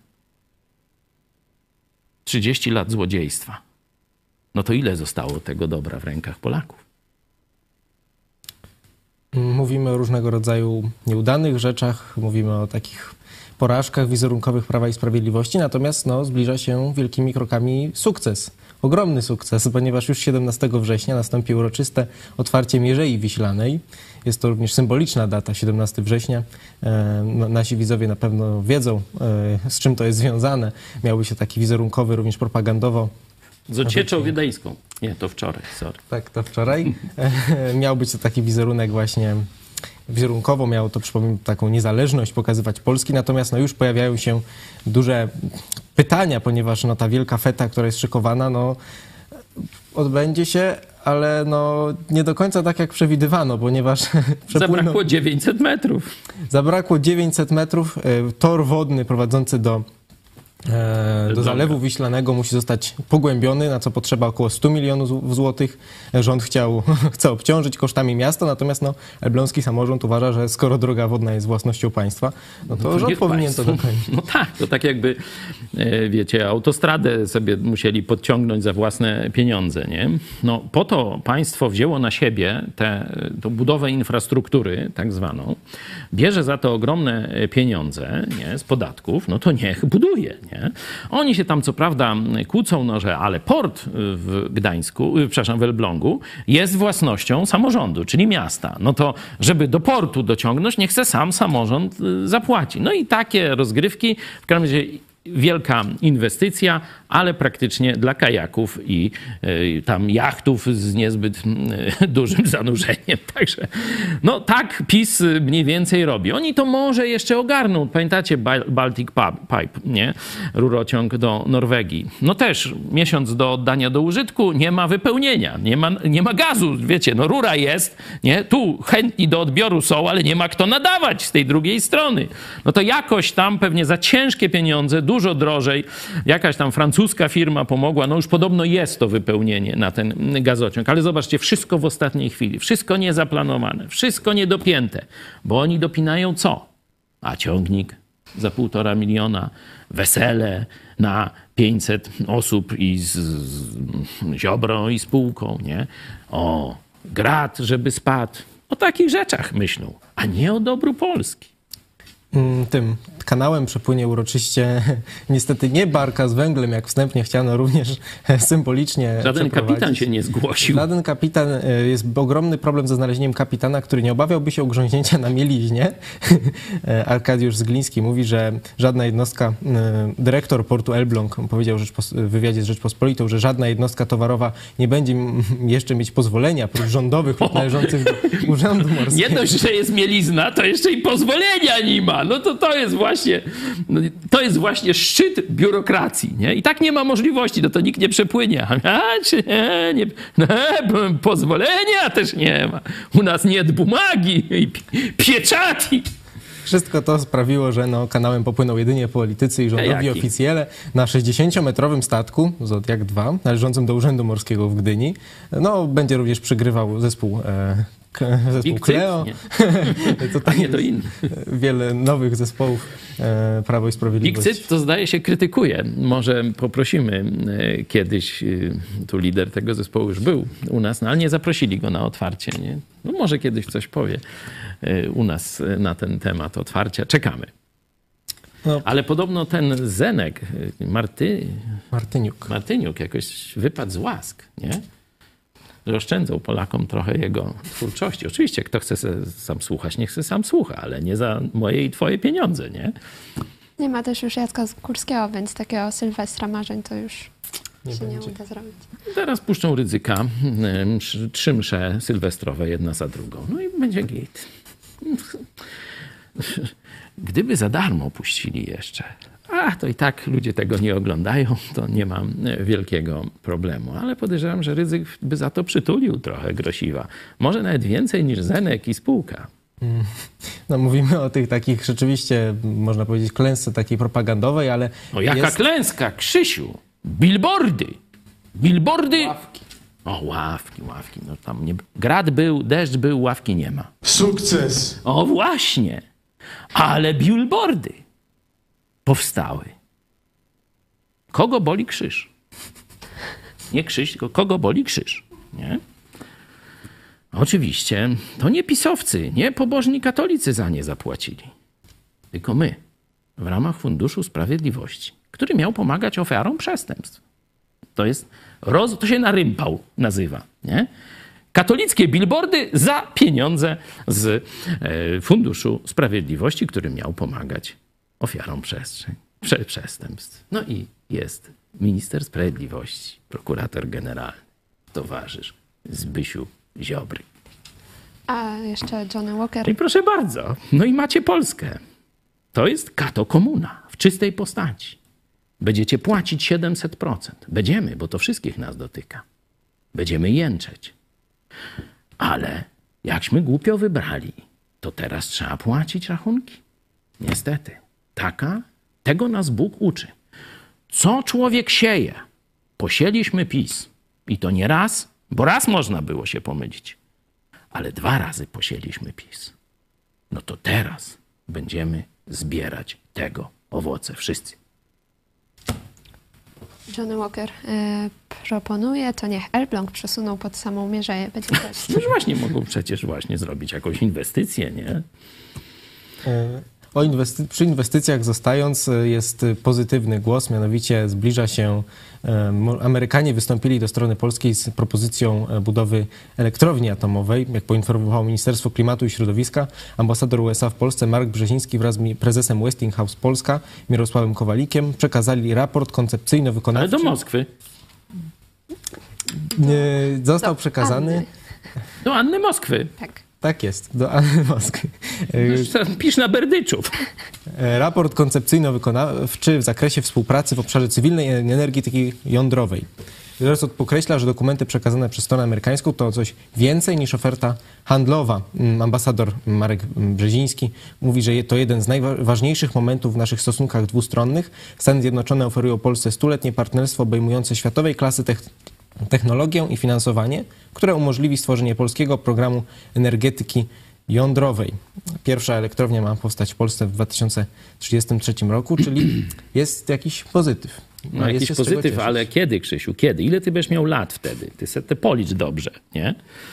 trzydzieści lat złodziejstwa. No to ile zostało tego dobra w rękach Polaków? Mówimy o różnego rodzaju nieudanych rzeczach, mówimy o takich porażkach wizerunkowych Prawa i Sprawiedliwości, natomiast no, zbliża się wielkimi krokami sukces. Ogromny sukces, ponieważ już siedemnastego września nastąpi uroczyste otwarcie Mierzei Wiślanej. Jest to również symboliczna data, siedemnastego września. E, nasi widzowie na pewno wiedzą, e, z czym to jest związane. Miał być taki wizerunkowy, również propagandowo. Z ocieczą wiedeńską. Nie, to wczoraj, sorry. Tak, to wczoraj. E, miał być to taki wizerunek właśnie wizerunkowo, miało to, przypomnę, taką niezależność pokazywać Polski, natomiast no, już pojawiają się duże pytania, ponieważ no, ta wielka feta, która jest szykowana, no, odbędzie się, ale no, nie do końca tak, jak przewidywano, ponieważ zabrakło dziewięćset metrów. Zabrakło dziewięćset metrów. Tor wodny prowadzący do do Zalewu Wiślanego musi zostać pogłębiony, na co potrzeba około stu milionów złotych. Rząd chciał, chce obciążyć kosztami miasta, natomiast no, elbląski samorząd uważa, że skoro droga wodna jest własnością państwa, no to, no to rząd powinien państwo. to dokończyć. No tak, to tak jakby, wiecie, autostradę sobie musieli podciągnąć za własne pieniądze, nie? No po to państwo wzięło na siebie tę budowę infrastruktury, tak zwaną, bierze za to ogromne pieniądze, nie, z podatków, no to niech buduje, nie? Oni się tam co prawda kłócą, no, że ale port w Gdańsku, przepraszam, w Elblągu jest własnością samorządu, czyli miasta. No to żeby do portu dociągnąć, niech se sam samorząd zapłaci. No i takie rozgrywki, w każdym razie wielka inwestycja, ale praktycznie dla kajaków i y, tam jachtów z niezbyt y, dużym zanurzeniem. Także no tak PiS mniej więcej robi. Oni to może jeszcze ogarną. Pamiętacie Baltic Pipe, nie? Rurociąg do Norwegii. No też miesiąc do oddania do użytku, nie ma wypełnienia, nie ma, nie ma gazu, wiecie, no rura jest, nie? Tu chętni do odbioru są, ale nie ma kto nadawać z tej drugiej strony. No to jakoś tam pewnie za ciężkie pieniądze, dużo drożej, jakaś tam francuska firma pomogła, no już podobno jest to wypełnienie na ten gazociąg, ale zobaczcie, wszystko w ostatniej chwili, wszystko niezaplanowane, wszystko niedopięte, bo oni dopinają co? A ciągnik za półtora miliona, wesele na pięćset osób i z, z Ziobrą i spółką, nie? O, grat, żeby spadł. O takich rzeczach myślą, a nie o dobru Polski. Tym kanałem przepłynie uroczyście niestety nie barka z węglem, jak wstępnie chciano również symbolicznie Żaden kapitan się nie zgłosił. Żaden kapitan, jest ogromny problem ze znalezieniem kapitana, który nie obawiałby się ugrząźnięcia na mieliźnie. Arkadiusz Zgliński mówi, że żadna jednostka, dyrektor portu Elbląg powiedział w wywiadzie z Rzeczpospolitą, że żadna jednostka towarowa nie będzie jeszcze mieć pozwolenia prócz rządowych lub należących do Urzędu Morskiego. Nie dość, że jest mielizna, to jeszcze i pozwolenia nie ma. No to to jest właśnie, to jest właśnie szczyt biurokracji, nie? I tak nie ma możliwości, no to nikt nie przepłynie. A, czy nie, nie, no, pozwolenia też nie ma. U nas nie bumagi i pieczati. Wszystko to sprawiło, że no, kanałem popłyną jedynie politycy i rządowi oficjele na sześćdziesięciometrowym statku Zodiak dwa, należącym do Urzędu Morskiego w Gdyni. No, będzie również przygrywał zespół e, Zespół Big Kleo. Nie. Tutaj nie, to inny. Wiele nowych zespołów e, Prawo i Sprawiedliwość. Big Cyt to zdaje się krytykuje. Może poprosimy e, kiedyś, e, tu lider tego zespołu już był u nas, no, ale nie zaprosili go na otwarcie. Nie? No, może kiedyś coś powie e, u nas na ten temat otwarcia. Czekamy. No. Ale podobno ten Zenek, Marty... Martyniuk. Martyniuk jakoś wypadł z łask, nie? Oszczędzał Polakom trochę jego twórczości. Oczywiście, kto chce sam słuchać, niech se sam słucha, ale nie za moje i twoje pieniądze, nie? Nie ma też już Jacka Kurskiego, więc takiego Sylwestra marzeń to już nie się będzie. nie uda zrobić. Teraz puszczą Rydzyka, trzy msze sylwestrowe, jedna za drugą. No i będzie git. Gdyby za darmo puścili jeszcze, a to i tak ludzie tego nie oglądają, to nie mam wielkiego problemu. Ale podejrzewam, że Rydzyk by za to przytulił trochę Grosiwa. Może nawet więcej niż Zenek i spółka. No mówimy o tych takich rzeczywiście, można powiedzieć, klęsce takiej propagandowej, ale No jaka jest... klęska, Krzysiu? Billboardy. Billboardy. Ławki. O, ławki, ławki. No tam nie... Grad był, deszcz był, ławki nie ma. Sukces! O, właśnie. Ale billboardy powstały. Kogo boli krzyż? Nie krzyż, tylko kogo boli krzyż. Nie? Oczywiście to nie pisowcy, nie pobożni katolicy za nie zapłacili. Tylko my, w ramach Funduszu Sprawiedliwości, który miał pomagać ofiarom przestępstw. To jest, roz, to się narympał nazywa, nie? Katolickie billboardy za pieniądze z e, Funduszu Sprawiedliwości, który miał pomagać ofiarom przestrzeń, prze, przestępstw. No i jest minister sprawiedliwości, prokurator generalny, towarzysz Zbysiu Ziobry. A jeszcze Johnny Walker. I proszę bardzo, no i macie Polskę. To jest kato komuna w czystej postaci. Będziecie płacić siedemset procent. Będziemy, bo to wszystkich nas dotyka. Będziemy jęczeć. Ale jakśmy głupio wybrali, to teraz trzeba płacić rachunki. Niestety. Taka, tego nas Bóg uczy. Co człowiek sieje? Posieliśmy PiS. I to nie raz, bo raz można było się pomylić. Ale dwa razy posieliśmy PiS. No to teraz będziemy zbierać tego owoce wszyscy. Johnny Walker e, proponuje, to niech Elbląg przesunął pod samą mierzeję. Będzie też. No właśnie, mogą przecież właśnie zrobić jakąś inwestycję, nie? O inwesty- przy inwestycjach zostając, jest pozytywny głos, mianowicie zbliża się, um, Amerykanie wystąpili do strony polskiej z propozycją budowy elektrowni atomowej. Jak poinformowało Ministerstwo Klimatu i Środowiska, ambasador U S A w Polsce Mark Brzeziński wraz z prezesem Westinghouse Polska Mirosławem Kowalikiem przekazali raport koncepcyjno-wykonawczy. Ale do Moskwy. Nie, został Do przekazany. Anny. Do Anny Moskwy. Tak. Tak jest, do Anny Moskwy. Pisz na Berdyczów. Raport koncepcyjno-wykonawczy w zakresie współpracy w obszarze cywilnej energetyki jądrowej. Resort podkreśla, że dokumenty przekazane przez stronę amerykańską to coś więcej niż oferta handlowa. Ambasador Marek Brzeziński mówi, że to jeden z najważniejszych momentów w naszych stosunkach dwustronnych. Stany Zjednoczone oferują Polsce stuletnie partnerstwo obejmujące światowej klasy technologii, technologię i finansowanie, które umożliwi stworzenie polskiego programu energetyki jądrowej. Pierwsza elektrownia ma powstać w Polsce w dwa tysiące trzydziestym trzecim roku, czyli jest jakiś pozytyw. No, jest jakiś się z czego pozytyw, cieszyć. ale kiedy, Krzysiu, kiedy? Ile ty będziesz miał lat wtedy? Ty se te policz dobrze, nie?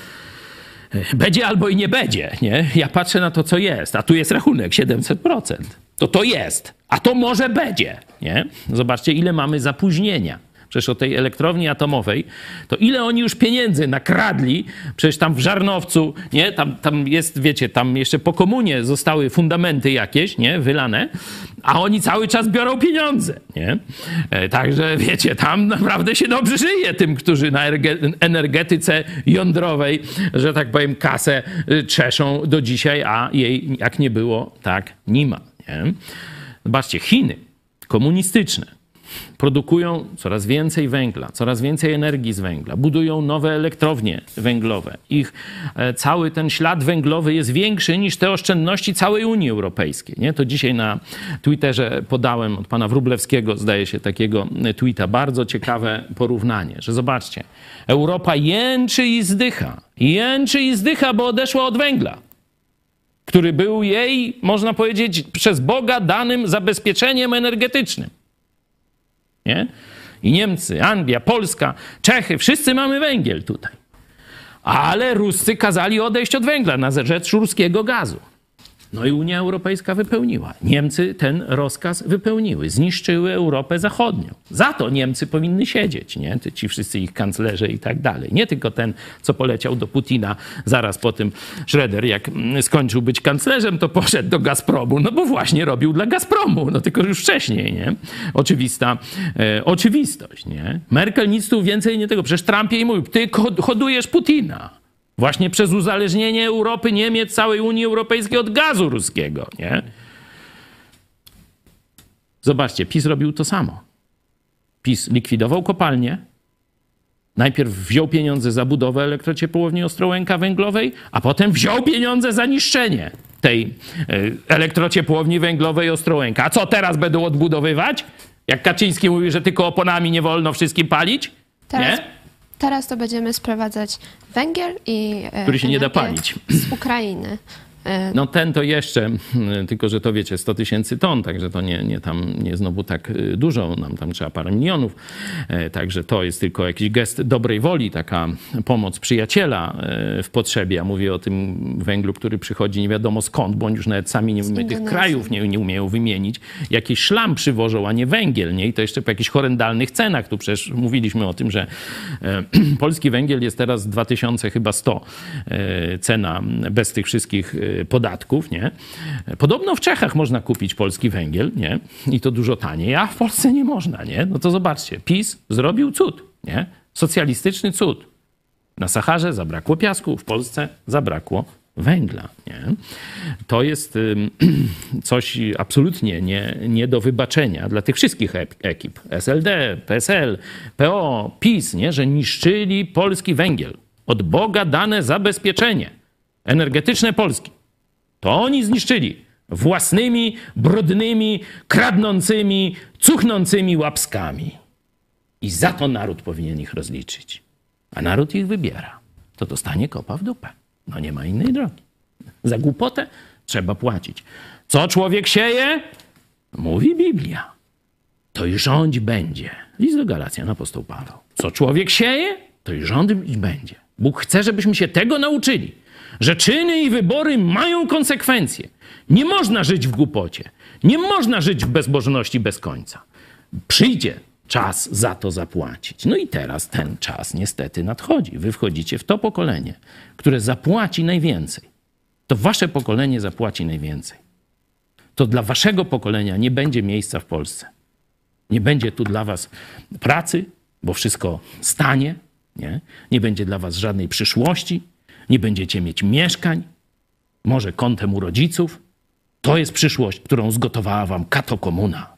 Będzie albo i nie będzie, nie? Ja patrzę na to, co jest, a tu jest rachunek siedemset procent. To to jest, a to może będzie, nie? Zobaczcie, ile mamy zapóźnienia. Przecież o tej elektrowni atomowej, to ile oni już pieniędzy nakradli, przecież tam w Żarnowcu, nie, tam, tam jest, wiecie, tam jeszcze po komunie zostały fundamenty jakieś, nie, wylane, a oni cały czas biorą pieniądze, nie. E, także, wiecie, tam naprawdę się dobrze żyje tym, którzy na energetyce jądrowej, że tak powiem, kasę trzeszą do dzisiaj, a jej jak nie było, tak nie ma, nie. Zobaczcie, Chiny komunistyczne produkują coraz więcej węgla, coraz więcej energii z węgla, budują nowe elektrownie węglowe. Ich e, cały ten ślad węglowy jest większy niż te oszczędności całej Unii Europejskiej. Nie? To dzisiaj na Twitterze podałem od pana Wróblewskiego, zdaje się, takiego tweeta. Bardzo ciekawe porównanie, że zobaczcie, Europa jęczy i zdycha. Jęczy i zdycha, bo odeszła od węgla, który był jej, można powiedzieć, przez Boga danym zabezpieczeniem energetycznym. Nie? I Niemcy, Anglia, Polska, Czechy, wszyscy mamy węgiel tutaj. Ale Ruscy kazali odejść od węgla na rzecz ruskiego gazu. No i Unia Europejska wypełniła. Niemcy ten rozkaz wypełniły. Zniszczyły Europę Zachodnią. Za to Niemcy powinny siedzieć, nie? Ci wszyscy ich kanclerze i tak dalej. Nie tylko ten, co poleciał do Putina zaraz po tym Schroeder, jak skończył być kanclerzem, to poszedł do Gazpromu, no bo właśnie robił dla Gazpromu, no tylko już wcześniej, nie? Oczywista e, oczywistość, nie? Merkel nic tu więcej nie tego. Przecież Trump jej mówił, ty hodujesz Putina. Właśnie przez uzależnienie Europy, Niemiec, całej Unii Europejskiej od gazu ruskiego, nie? Zobaczcie, PiS robił to samo. PiS likwidował kopalnie, najpierw wziął pieniądze za budowę elektrociepłowni Ostrołęka węglowej, a potem wziął pieniądze za niszczenie tej elektrociepłowni węglowej Ostrołęka. A co teraz będą odbudowywać? Jak Kaczyński mówi, że tylko oponami nie wolno wszystkim palić? Teraz Nie? Teraz to będziemy sprowadzać węgiel i e, Który się nie da energię palić. z Ukrainy. E, No ten to jeszcze, tylko że to wiecie, sto tysięcy ton, także to nie, nie tam nie znowu tak dużo, nam tam trzeba parę milionów, e, także to jest tylko jakiś gest dobrej woli, taka pomoc przyjaciela e, w potrzebie. Ja mówię o tym węglu, który przychodzi nie wiadomo skąd, bo oni już nawet sami nie umieją, tych Indonezji. krajów nie, nie umieją wymienić. Jakiś szlam przywożą, a nie węgiel, nie? I to jeszcze po jakichś horrendalnych cenach. Tu przecież mówiliśmy o tym, że e, polski węgiel jest teraz dwa tysiące chyba sto e, cena bez tych wszystkich e, podatków, nie? Podobno w Czechach można kupić polski węgiel, nie? I to dużo taniej, a w Polsce nie można, nie? No to zobaczcie, PiS zrobił cud, nie? Socjalistyczny cud. Na Saharze zabrakło piasku, w Polsce zabrakło węgla, nie? To jest ym, coś absolutnie nie, nie do wybaczenia dla tych wszystkich ekip. S L D, P S L, P O, PiS, nie? Że niszczyli polski węgiel. Od Boga dane zabezpieczenie energetyczne Polski. To oni zniszczyli własnymi, brudnymi, kradnącymi, cuchnącymi łapskami. I za to naród powinien ich rozliczyć. A naród ich wybiera. To dostanie kopa w dupę. No nie ma innej drogi. Za głupotę trzeba płacić. Co człowiek sieje? Mówi Biblia. To i rządź będzie. List do Galacjan apostoł Paweł. Co człowiek sieje? To i rządzić będzie. Bóg chce, żebyśmy się tego nauczyli. Że czyny i wybory mają konsekwencje. Nie można żyć w głupocie. Nie można żyć w bezbożności bez końca. Przyjdzie czas za to zapłacić. No i teraz ten czas niestety nadchodzi. Wy wchodzicie w to pokolenie, które zapłaci najwięcej. To wasze pokolenie zapłaci najwięcej. To dla waszego pokolenia nie będzie miejsca w Polsce. Nie będzie tu dla was pracy, bo wszystko stanie. Nie, nie będzie dla was żadnej przyszłości. Nie będziecie mieć mieszkań, może kątem u rodziców. To jest przyszłość, którą zgotowała wam katokomuna.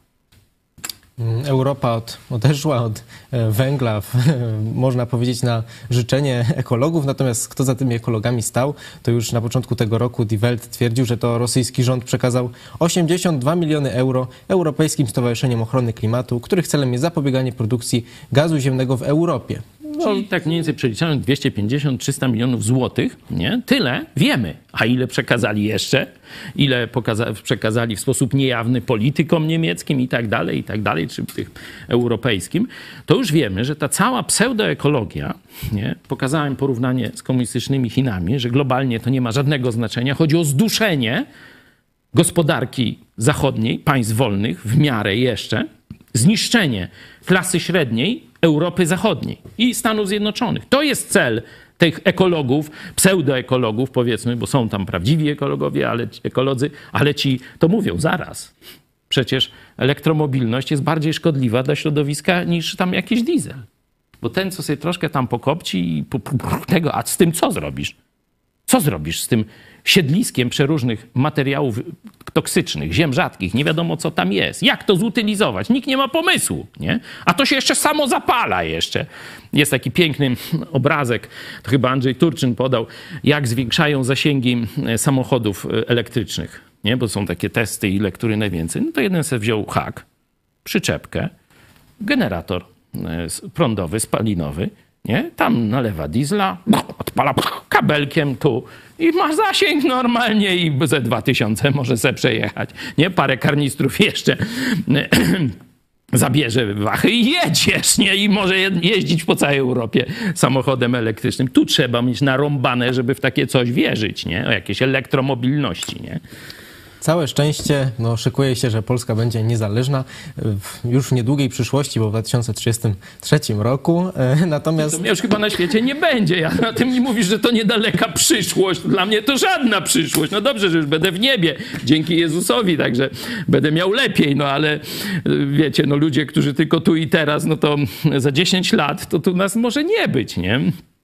Europa od, odeszła od węgla, można powiedzieć, na życzenie ekologów, natomiast kto za tymi ekologami stał, to już na początku tego roku Die Welt twierdził, że to rosyjski rząd przekazał osiemdziesiąt dwa miliony euro Europejskim Stowarzyszeniom Ochrony Klimatu, których celem jest zapobieganie produkcji gazu ziemnego w Europie. No, czyli tak mniej więcej przeliczając dwieście pięćdziesiąt do trzystu milionów złotych, nie? Tyle wiemy. A ile przekazali jeszcze? Ile pokaza- przekazali w sposób niejawny politykom niemieckim i tak dalej, i tak dalej, czy tych europejskim, to już wiemy, że ta cała pseudoekologia, nie? Pokazałem porównanie z komunistycznymi Chinami, że globalnie to nie ma żadnego znaczenia. Chodzi o zduszenie gospodarki zachodniej, państw wolnych, w miarę jeszcze, zniszczenie klasy średniej Europy Zachodniej i Stanów Zjednoczonych. To jest cel tych ekologów, pseudoekologów, powiedzmy, bo są tam prawdziwi ekologowie, ale ekolodzy, ale ci to mówią zaraz. Przecież elektromobilność jest bardziej szkodliwa dla środowiska niż tam jakiś diesel. Bo ten, co sobie troszkę tam pokopci i tego, a z tym co zrobisz? Co zrobisz z tym siedliskiem przeróżnych materiałów toksycznych, ziem rzadkich, nie wiadomo co tam jest. Jak to zutylizować? Nikt nie ma pomysłu, nie? A to się jeszcze samo zapala jeszcze. Jest taki piękny obrazek, to chyba Andrzej Turczyn podał, jak zwiększają zasięgi samochodów elektrycznych, nie? Bo są takie testy, ile który najwięcej. No to jeden sobie wziął hak, przyczepkę, generator prądowy, spalinowy, nie? Tam nalewa diesla, odpala kabelkiem tu i ma zasięg normalnie i ze dwa tysiące może se przejechać. Nie? Parę karnistrów jeszcze zabierze wachy i jedziesz, nie? I może jeździć po całej Europie samochodem elektrycznym. Tu trzeba mieć narąbane, żeby w takie coś wierzyć, nie? O jakiejś elektromobilności, nie? Całe szczęście, no, szykuje się, że Polska będzie niezależna w już w niedługiej przyszłości, bo w dwa tysiące trzydziestym trzecim roku. Natomiast... To mnie już chyba na świecie nie będzie. Ja na tym nie mówisz, że to niedaleka przyszłość. Dla mnie to żadna przyszłość. No dobrze, że już będę w niebie, dzięki Jezusowi, także będę miał lepiej. No ale wiecie, no ludzie, którzy tylko tu i teraz, no to za dziesięć lat to tu nas może nie być, nie?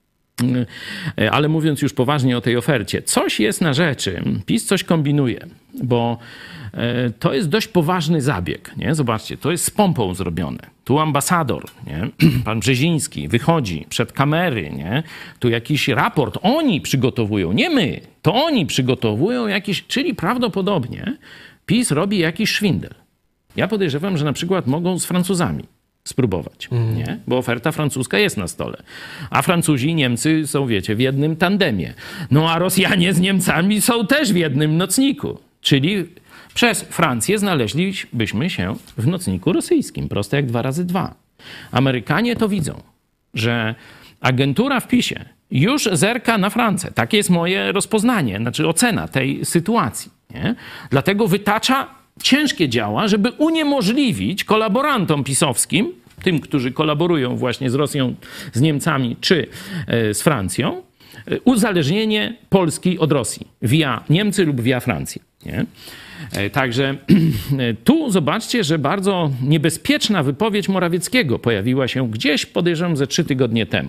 Ale mówiąc już poważnie o tej ofercie, coś jest na rzeczy. PiS coś kombinuje, bo to jest dość poważny zabieg. Nie? Zobaczcie, to jest z pompą zrobione. Tu ambasador, nie? Pan Brzeziński wychodzi przed kamery, nie? Tu jakiś raport oni przygotowują, nie my. To oni przygotowują jakiś, czyli prawdopodobnie PiS robi jakiś szwindel. Ja podejrzewam, że na przykład mogą z Francuzami spróbować, nie? Bo oferta francuska jest na stole. A Francuzi i Niemcy są, wiecie, w jednym tandemie. No a Rosjanie z Niemcami są też w jednym nocniku. Czyli przez Francję znaleźlibyśmy się w nocniku rosyjskim. Proste jak dwa razy dwa. Amerykanie to widzą, że agentura w PiSie już zerka na Francję. Takie jest moje rozpoznanie, znaczy ocena tej sytuacji. Nie? Dlatego wytacza ciężkie działa, żeby uniemożliwić kolaborantom pisowskim, tym, którzy kolaborują właśnie z Rosją, z Niemcami czy z Francją, uzależnienie Polski od Rosji via Niemcy lub via Francję. Nie? Także tu zobaczcie, że bardzo niebezpieczna wypowiedź Morawieckiego pojawiła się gdzieś, podejrzewam, ze trzy tygodnie temu.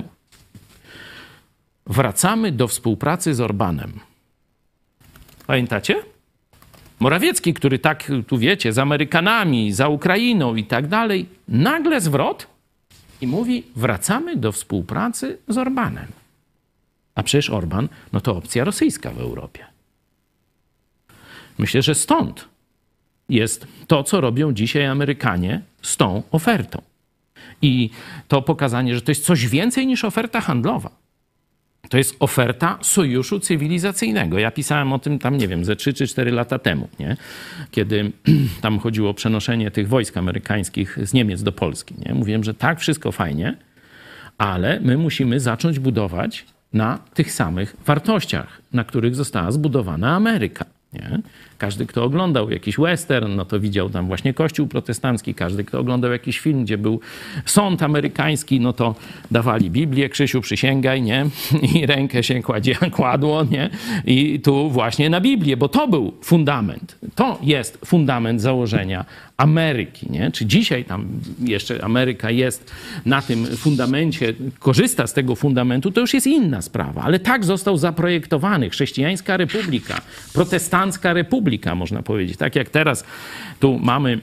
Wracamy do współpracy z Orbanem. Pamiętacie? Morawiecki, który tak, tu wiecie, z Amerykanami, za Ukrainą i tak dalej, nagle zwrot i mówi, wracamy do współpracy z Orbanem. A przecież Orban, no to opcja rosyjska w Europie. Myślę, że stąd jest to, co robią dzisiaj Amerykanie z tą ofertą. I to pokazanie, że to jest coś więcej niż oferta handlowa. To jest oferta sojuszu cywilizacyjnego. Ja pisałem o tym tam, nie wiem, ze trzy czy cztery lata temu, nie? Kiedy tam chodziło o przenoszenie tych wojsk amerykańskich z Niemiec do Polski. Nie? Mówiłem, że tak, wszystko fajnie, ale my musimy zacząć budować na tych samych wartościach, na których została zbudowana Ameryka. Nie? Każdy, kto oglądał jakiś western, no to widział tam właśnie kościół protestancki. Każdy, kto oglądał jakiś film, gdzie był sąd amerykański, no to dawali Biblię, Krzysiu, przysięgaj, nie? I rękę się kładzie, kładło, nie? I tu właśnie na Biblię, bo to był fundament. To jest fundament założenia Ameryki, nie? Czy dzisiaj tam jeszcze Ameryka jest na tym fundamencie, korzysta z tego fundamentu, to już jest inna sprawa. Ale tak został zaprojektowany. Chrześcijańska republika, protestancka republika, można powiedzieć. Tak jak teraz tu mamy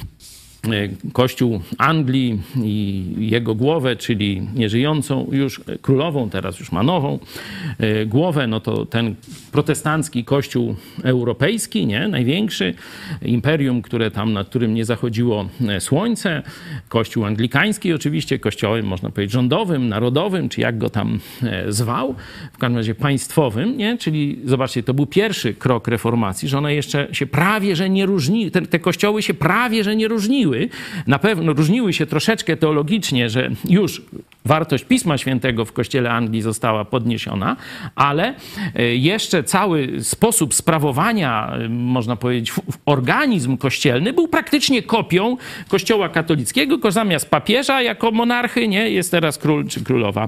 Kościół Anglii i jego głowę, czyli nieżyjącą już królową, teraz już ma nową głowę, no to ten protestancki Kościół europejski, nie? Największy imperium, które tam, nad którym nie zachodziło słońce, Kościół anglikański oczywiście, kościołem, można powiedzieć, rządowym, narodowym, czy jak go tam zwał, w każdym razie państwowym, nie? Czyli zobaczcie, to był pierwszy krok reformacji, że one jeszcze się prawie, że nie różniły, te, te kościoły się prawie, że nie różniły. Na pewno różniły się troszeczkę teologicznie, że już wartość Pisma Świętego w Kościele Anglii została podniesiona, ale jeszcze cały sposób sprawowania, można powiedzieć, organizm kościelny był praktycznie kopią Kościoła katolickiego, tylko zamiast papieża jako monarchy, nie, jest teraz król czy królowa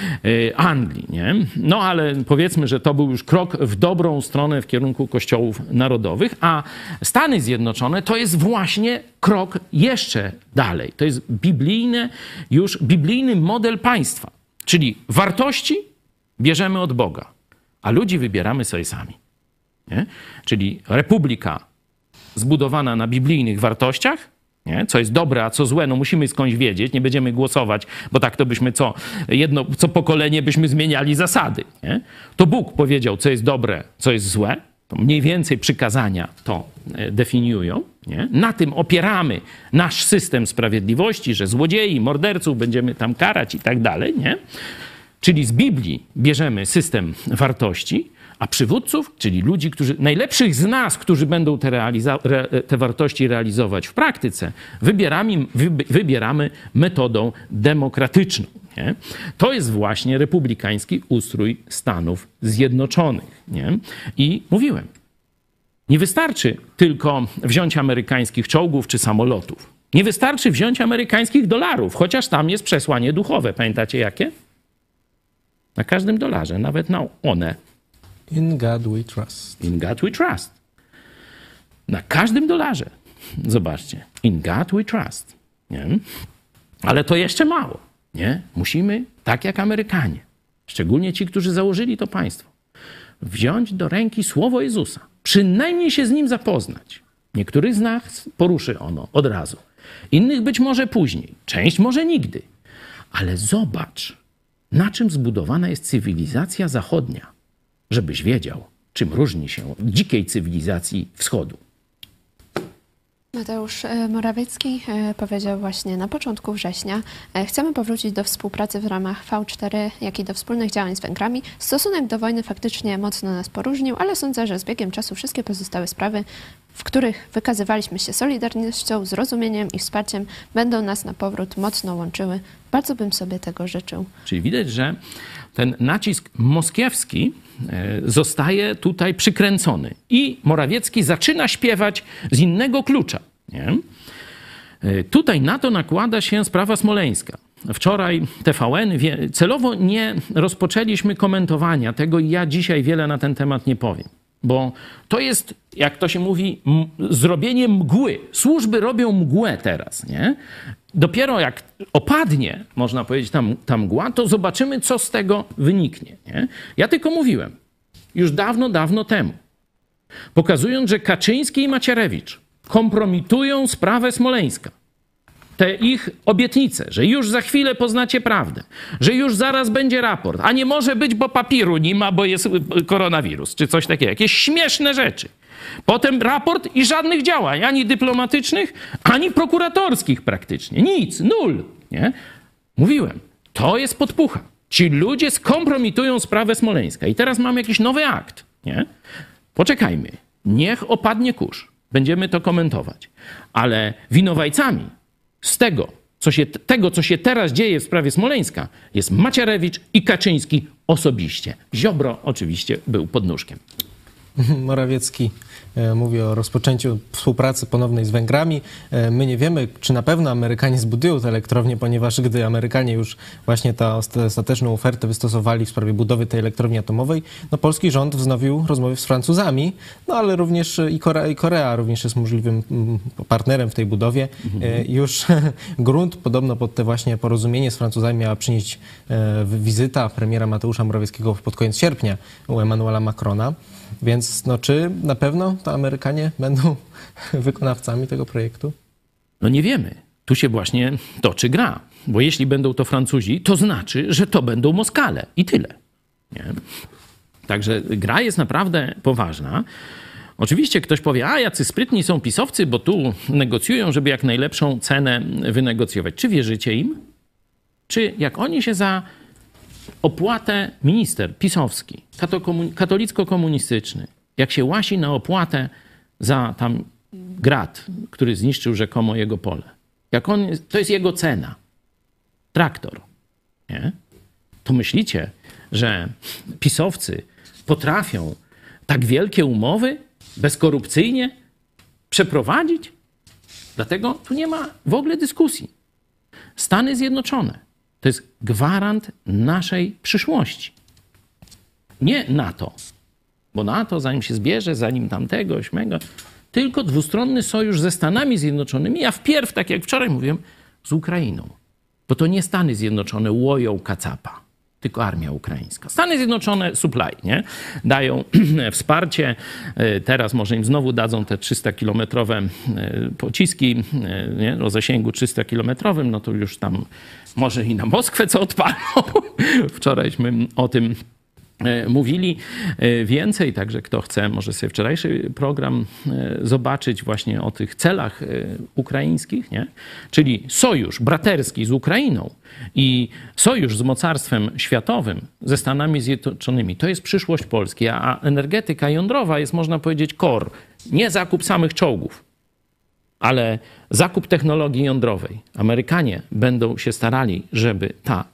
Anglii. Nie? No ale powiedzmy, że to był już krok w dobrą stronę w kierunku kościołów narodowych, a Stany Zjednoczone to jest właśnie krok jeszcze dalej. To jest biblijne, już biblijny model państwa. Czyli wartości bierzemy od Boga, a ludzi wybieramy sobie sami. Nie? Czyli republika zbudowana na biblijnych wartościach, nie? Co jest dobre, a co złe, no musimy skądś wiedzieć, nie będziemy głosować, bo tak to byśmy co, jedno, co pokolenie byśmy zmieniali zasady. Nie? To Bóg powiedział, co jest dobre, co jest złe, to mniej więcej przykazania to definiują. Nie? Na tym opieramy nasz system sprawiedliwości, że złodziei, morderców będziemy tam karać i tak dalej. Nie? Czyli z Biblii bierzemy system wartości, a przywódców, czyli ludzi, którzy, najlepszych z nas, którzy będą te, realiza- re, te wartości realizować w praktyce, wybieramy, wybi- wybieramy metodą demokratyczną. Nie? To jest właśnie republikański ustrój Stanów Zjednoczonych. Nie? I mówiłem, nie wystarczy tylko wziąć amerykańskich czołgów czy samolotów. Nie wystarczy wziąć amerykańskich dolarów, chociaż tam jest przesłanie duchowe. Pamiętacie jakie? Na każdym dolarze, nawet na one. In God we trust. In God we trust. Na każdym dolarze. Zobaczcie. In God we trust. Nie? Ale to jeszcze mało. Nie? Musimy, tak jak Amerykanie, szczególnie ci, którzy założyli to państwo, wziąć do ręki słowo Jezusa. Przynajmniej się z nim zapoznać. Niektórych z nas poruszy ono od razu. Innych być może później. Część może nigdy. Ale zobacz, na czym zbudowana jest cywilizacja zachodnia. Żebyś wiedział, czym różni się od dzikiej cywilizacji wschodu. Mateusz Morawiecki powiedział właśnie na początku września: chcemy powrócić do współpracy w ramach V cztery, jak i do wspólnych działań z Węgrami. Stosunek do wojny faktycznie mocno nas poróżnił, ale sądzę, że z biegiem czasu wszystkie pozostałe sprawy, w których wykazywaliśmy się solidarnością, zrozumieniem i wsparciem, będą nas na powrót mocno łączyły. Bardzo bym sobie tego życzył. Czyli widać, że ten nacisk moskiewski zostaje tutaj przykręcony i Morawiecki zaczyna śpiewać z innego klucza. Nie? Tutaj na to nakłada się sprawa smoleńska. Wczoraj T V N, celowo nie rozpoczęliśmy komentowania tego i ja dzisiaj wiele na ten temat nie powiem. Bo to jest, jak to się mówi, m- zrobienie mgły. Służby robią mgłę teraz, nie? Dopiero jak opadnie, można powiedzieć, ta, ta mgła, to zobaczymy, co z tego wyniknie, nie? Ja tylko mówiłem, już dawno, dawno temu, pokazując, że Kaczyński i Macierewicz kompromitują sprawę smoleńska. Te ich obietnice, że już za chwilę poznacie prawdę, że już zaraz będzie raport, a nie może być, bo papieru nie ma, bo jest koronawirus, czy coś takiego. Jakieś śmieszne rzeczy. Potem raport i żadnych działań, ani dyplomatycznych, ani prokuratorskich praktycznie. Nic, nul. Nie? Mówiłem, to jest podpucha. Ci ludzie skompromitują sprawę smoleńska. I teraz mamy jakiś nowy akt. Nie? Poczekajmy. Niech opadnie kurz. Będziemy to komentować. Ale winowajcami z tego co, się, tego, co się teraz dzieje w sprawie Smoleńska, jest Macierewicz i Kaczyński osobiście. Ziobro oczywiście był pod nóżkiem. Morawiecki mówi o rozpoczęciu współpracy ponownej z Węgrami. My nie wiemy, czy na pewno Amerykanie zbudują te elektrownie, ponieważ gdy Amerykanie już właśnie tę ostateczną ofertę wystosowali w sprawie budowy tej elektrowni atomowej, no polski rząd wznowił rozmowy z Francuzami, no ale również i Korea, i Korea również jest możliwym partnerem w tej budowie. Mhm. Już grunt podobno pod te właśnie porozumienie z Francuzami miała przynieść wizyta premiera Mateusza Morawieckiego pod koniec sierpnia u Emmanuela Macrona. Więc no, czy na pewno to Amerykanie będą wykonawcami tego projektu? No nie wiemy. Tu się właśnie toczy gra. Bo jeśli będą to Francuzi, to znaczy, że to będą Moskale. I tyle. Nie? Także gra jest naprawdę poważna. Oczywiście ktoś powie, a jacy sprytni są pisowcy, bo tu negocjują, żeby jak najlepszą cenę wynegocjować. Czy wierzycie im? Czy jak oni się za opłatę minister pisowski, katolicko-komunistyczny, jak się łasi na opłatę za tam grat, który zniszczył rzekomo jego pole, jak on, to jest jego cena, traktor, nie? To myślicie, że pisowcy potrafią tak wielkie umowy bezkorupcyjnie przeprowadzić? Dlatego tu nie ma w ogóle dyskusji. Stany Zjednoczone to jest gwarant naszej przyszłości. Nie NATO, bo NATO zanim się zbierze, zanim tamtego, ośmego, tylko dwustronny sojusz ze Stanami Zjednoczonymi, a wpierw, tak jak wczoraj mówiłem, z Ukrainą. Bo to nie Stany Zjednoczone łoją kacapa, tylko armia ukraińska. Stany Zjednoczone supply, nie? Dają wsparcie. Teraz może im znowu dadzą te trzystakilometrowe pociski, nie? O zasięgu trzystakilometrowym, no to już tam może i na Moskwę co odpalą. Wczorajśmy o tym mówili więcej, także kto chce, może sobie wczorajszy program zobaczyć właśnie o tych celach ukraińskich, nie? Czyli sojusz braterski z Ukrainą i sojusz z mocarstwem światowym, ze Stanami Zjednoczonymi. To jest przyszłość Polski, a energetyka jądrowa jest, można powiedzieć, core. Nie zakup samych czołgów, ale zakup technologii jądrowej. Amerykanie będą się starali, żeby ta,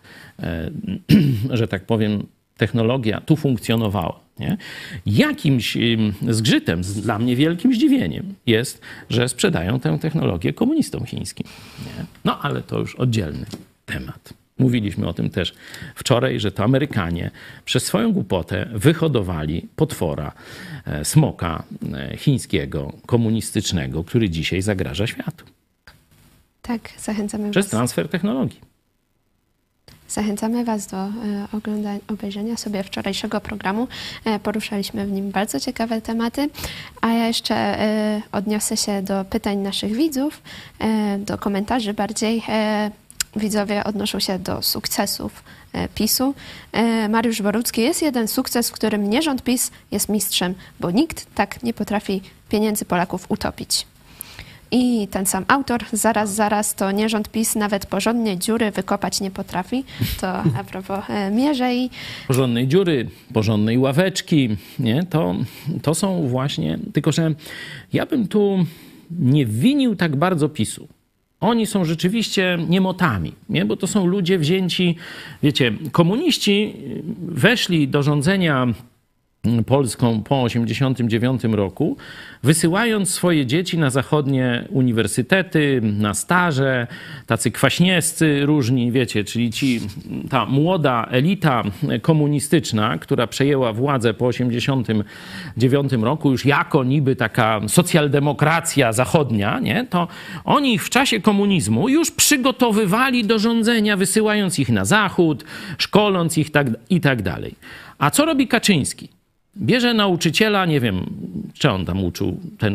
że tak powiem, technologia tu funkcjonowała. Nie? Jakimś zgrzytem, dla mnie wielkim zdziwieniem jest, że sprzedają tę technologię komunistom chińskim. Nie? No ale to już oddzielny temat. Mówiliśmy o tym też wczoraj, że to Amerykanie przez swoją głupotę wyhodowali potwora, smoka chińskiego, komunistycznego, który dzisiaj zagraża światu. Tak, zachęcamy Przez was. transfer technologii. Zachęcamy Was do oglądania, obejrzenia sobie wczorajszego programu. Poruszaliśmy w nim bardzo ciekawe tematy, a ja jeszcze odniosę się do pytań naszych widzów, do komentarzy bardziej. Widzowie odnoszą się do sukcesów PiSu. Mariusz Borucki: jest jeden sukces, w którym nie rząd PiS jest mistrzem, bo nikt tak nie potrafi pieniędzy Polaków utopić. I ten sam autor, zaraz, zaraz, to nie rząd PiS nawet porządnie dziury wykopać nie potrafi. To a propos e, Mierzei. Porządnej dziury, porządnej ławeczki, nie? To, to są właśnie... Tylko że ja bym tu nie winił tak bardzo PiSu. Oni są rzeczywiście niemotami, nie? Bo to są ludzie wzięci... Wiecie, komuniści weszli do rządzenia Polską po osiemdziesiątym dziewiątym roku, wysyłając swoje dzieci na zachodnie uniwersytety, na staże, tacy kwaśniewscy różni, wiecie, czyli ci, ta młoda elita komunistyczna, która przejęła władzę po osiemdziesiątym dziewiątym roku, już jako niby taka socjaldemokracja zachodnia, nie? To oni ich w czasie komunizmu już przygotowywali do rządzenia, wysyłając ich na zachód, szkoląc ich tak, i tak dalej. A co robi Kaczyński? Bierze nauczyciela, nie wiem, czy on tam uczył, ten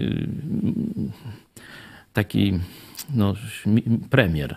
yy, taki no, premier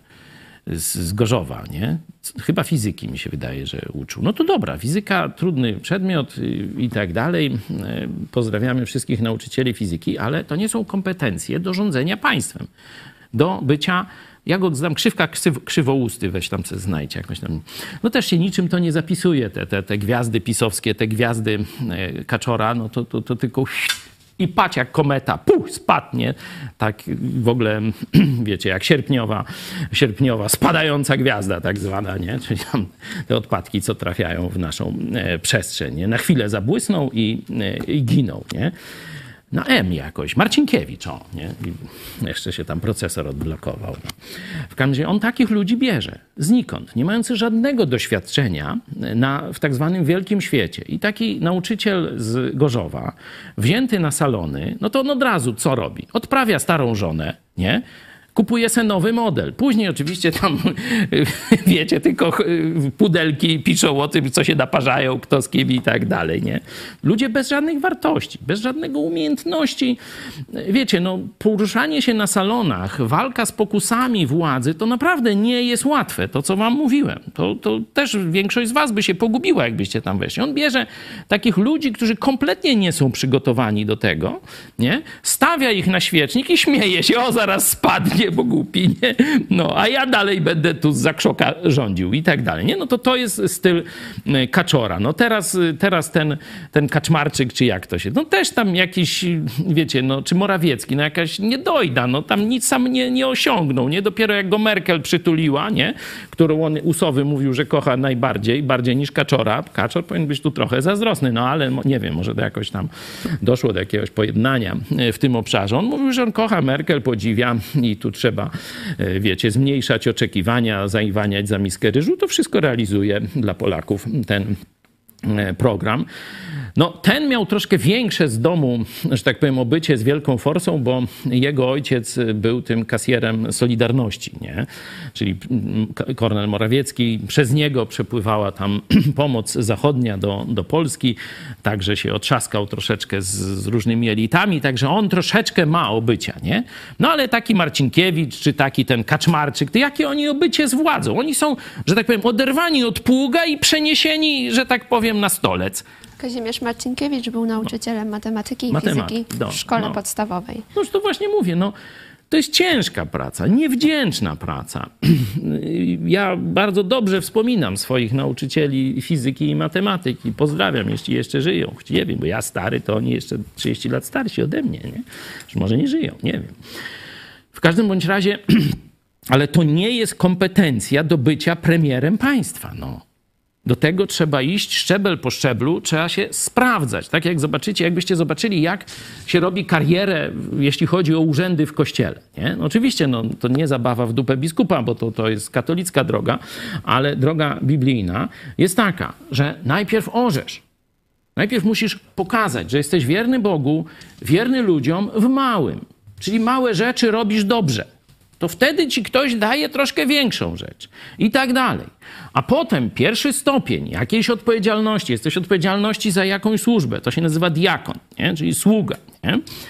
z, z Gorzowa, nie? Chyba fizyki mi się wydaje, że uczył. No to dobra, fizyka, trudny przedmiot yy, i tak dalej. Yy, pozdrawiamy wszystkich nauczycieli fizyki, ale to nie są kompetencje do rządzenia państwem, do bycia... Ja go znam, krzywka krzyw, krzywousty, weź tam se znajdź jakoś tam. No też się niczym to nie zapisuje, te, te, te gwiazdy pisowskie, te gwiazdy e, Kaczora, no to, to, to tylko i patrz jak kometa, puh, spadnie. Tak w ogóle, wiecie, jak sierpniowa, sierpniowa spadająca gwiazda tak zwana, nie? Czyli tam te odpadki, co trafiają w naszą e, przestrzeń, nie? Na chwilę zabłysną i, e, i giną, nie? Na M jakoś. Marcinkiewicz, o, nie? I jeszcze się tam procesor odblokował. No. W każdym razie on takich ludzi bierze. Znikąd. Nie mający żadnego doświadczenia na, w tak zwanym wielkim świecie. I taki nauczyciel z Gorzowa, wzięty na salony, no to on od razu co robi? Odprawia starą żonę, nie? Kupuje se nowy model. Później oczywiście tam, wiecie, tylko pudelki piszą o tym, co się naparzają, kto z kim i tak dalej, nie? Ludzie bez żadnych wartości, bez żadnego umiejętności. Wiecie, no poruszanie się na salonach, walka z pokusami władzy, to naprawdę nie jest łatwe. To, co wam mówiłem. To, to też większość z was by się pogubiła, jakbyście tam weszli. On bierze takich ludzi, którzy kompletnie nie są przygotowani do tego, nie? Stawia ich na świecznik i śmieje się, o, zaraz spadnie, bo głupi, nie? No, a ja dalej będę tu z zakrzoka rządził i tak dalej, nie? No to to jest styl Kaczora. No teraz, teraz ten, ten Kaczmarczyk, czy jak to się, no też tam jakiś, wiecie, no, czy Morawiecki, no jakaś niedojda, no tam nic sam nie, nie osiągnął, nie? Dopiero jak go Merkel przytuliła, nie? Którą on Usowy mówił, że kocha najbardziej, bardziej niż Kaczora. Kaczor powinien być tu trochę zazdrosny, no ale nie wiem, może to jakoś tam doszło do jakiegoś pojednania w tym obszarze. On mówił, że on kocha Merkel, podziwia i tu trzeba, wiecie, zmniejszać oczekiwania, zaiwaniać za miskę ryżu. To wszystko realizuje dla Polaków ten program. No, ten miał troszkę większe z domu, że tak powiem, obycie z wielką forsą, bo jego ojciec był tym kasjerem Solidarności, nie? Czyli Kornel Morawiecki, przez niego przepływała tam pomoc zachodnia do, do Polski, także się otrzaskał troszeczkę z, z różnymi elitami, także on troszeczkę ma obycia, nie? No ale taki Marcinkiewicz, czy taki ten Kaczmarczyk, to jakie oni obycie z władzą? Oni są, że tak powiem, oderwani od pługa i przeniesieni, że tak powiem, na stolec. Kazimierz Marcinkiewicz był nauczycielem matematyki i Matemat, fizyki do, w szkole no. podstawowej. No to właśnie mówię, no to jest ciężka praca, niewdzięczna praca. Ja bardzo dobrze wspominam swoich nauczycieli fizyki i matematyki. Pozdrawiam, jeśli jeszcze żyją. Nie wiem, bo ja stary, to oni jeszcze trzydzieści lat starsi ode mnie, nie? Że może nie żyją, nie wiem. W każdym bądź razie, ale to nie jest kompetencja do bycia premierem państwa, no. Do tego trzeba iść szczebel po szczeblu, trzeba się sprawdzać. Tak jak zobaczycie, jakbyście zobaczyli, jak się robi karierę, jeśli chodzi o urzędy w kościele. Nie? No oczywiście no, to nie zabawa w dupę biskupa, bo to, to jest katolicka droga, ale droga biblijna jest taka, że najpierw orzesz. Najpierw musisz pokazać, że jesteś wierny Bogu, wierny ludziom w małym. Czyli małe rzeczy robisz dobrze. To wtedy ci ktoś daje troszkę większą rzecz i tak dalej. A potem pierwszy stopień jakiejś odpowiedzialności, jesteś odpowiedzialności za jakąś służbę, to się nazywa diakon, nie? Czyli sługa. Nie?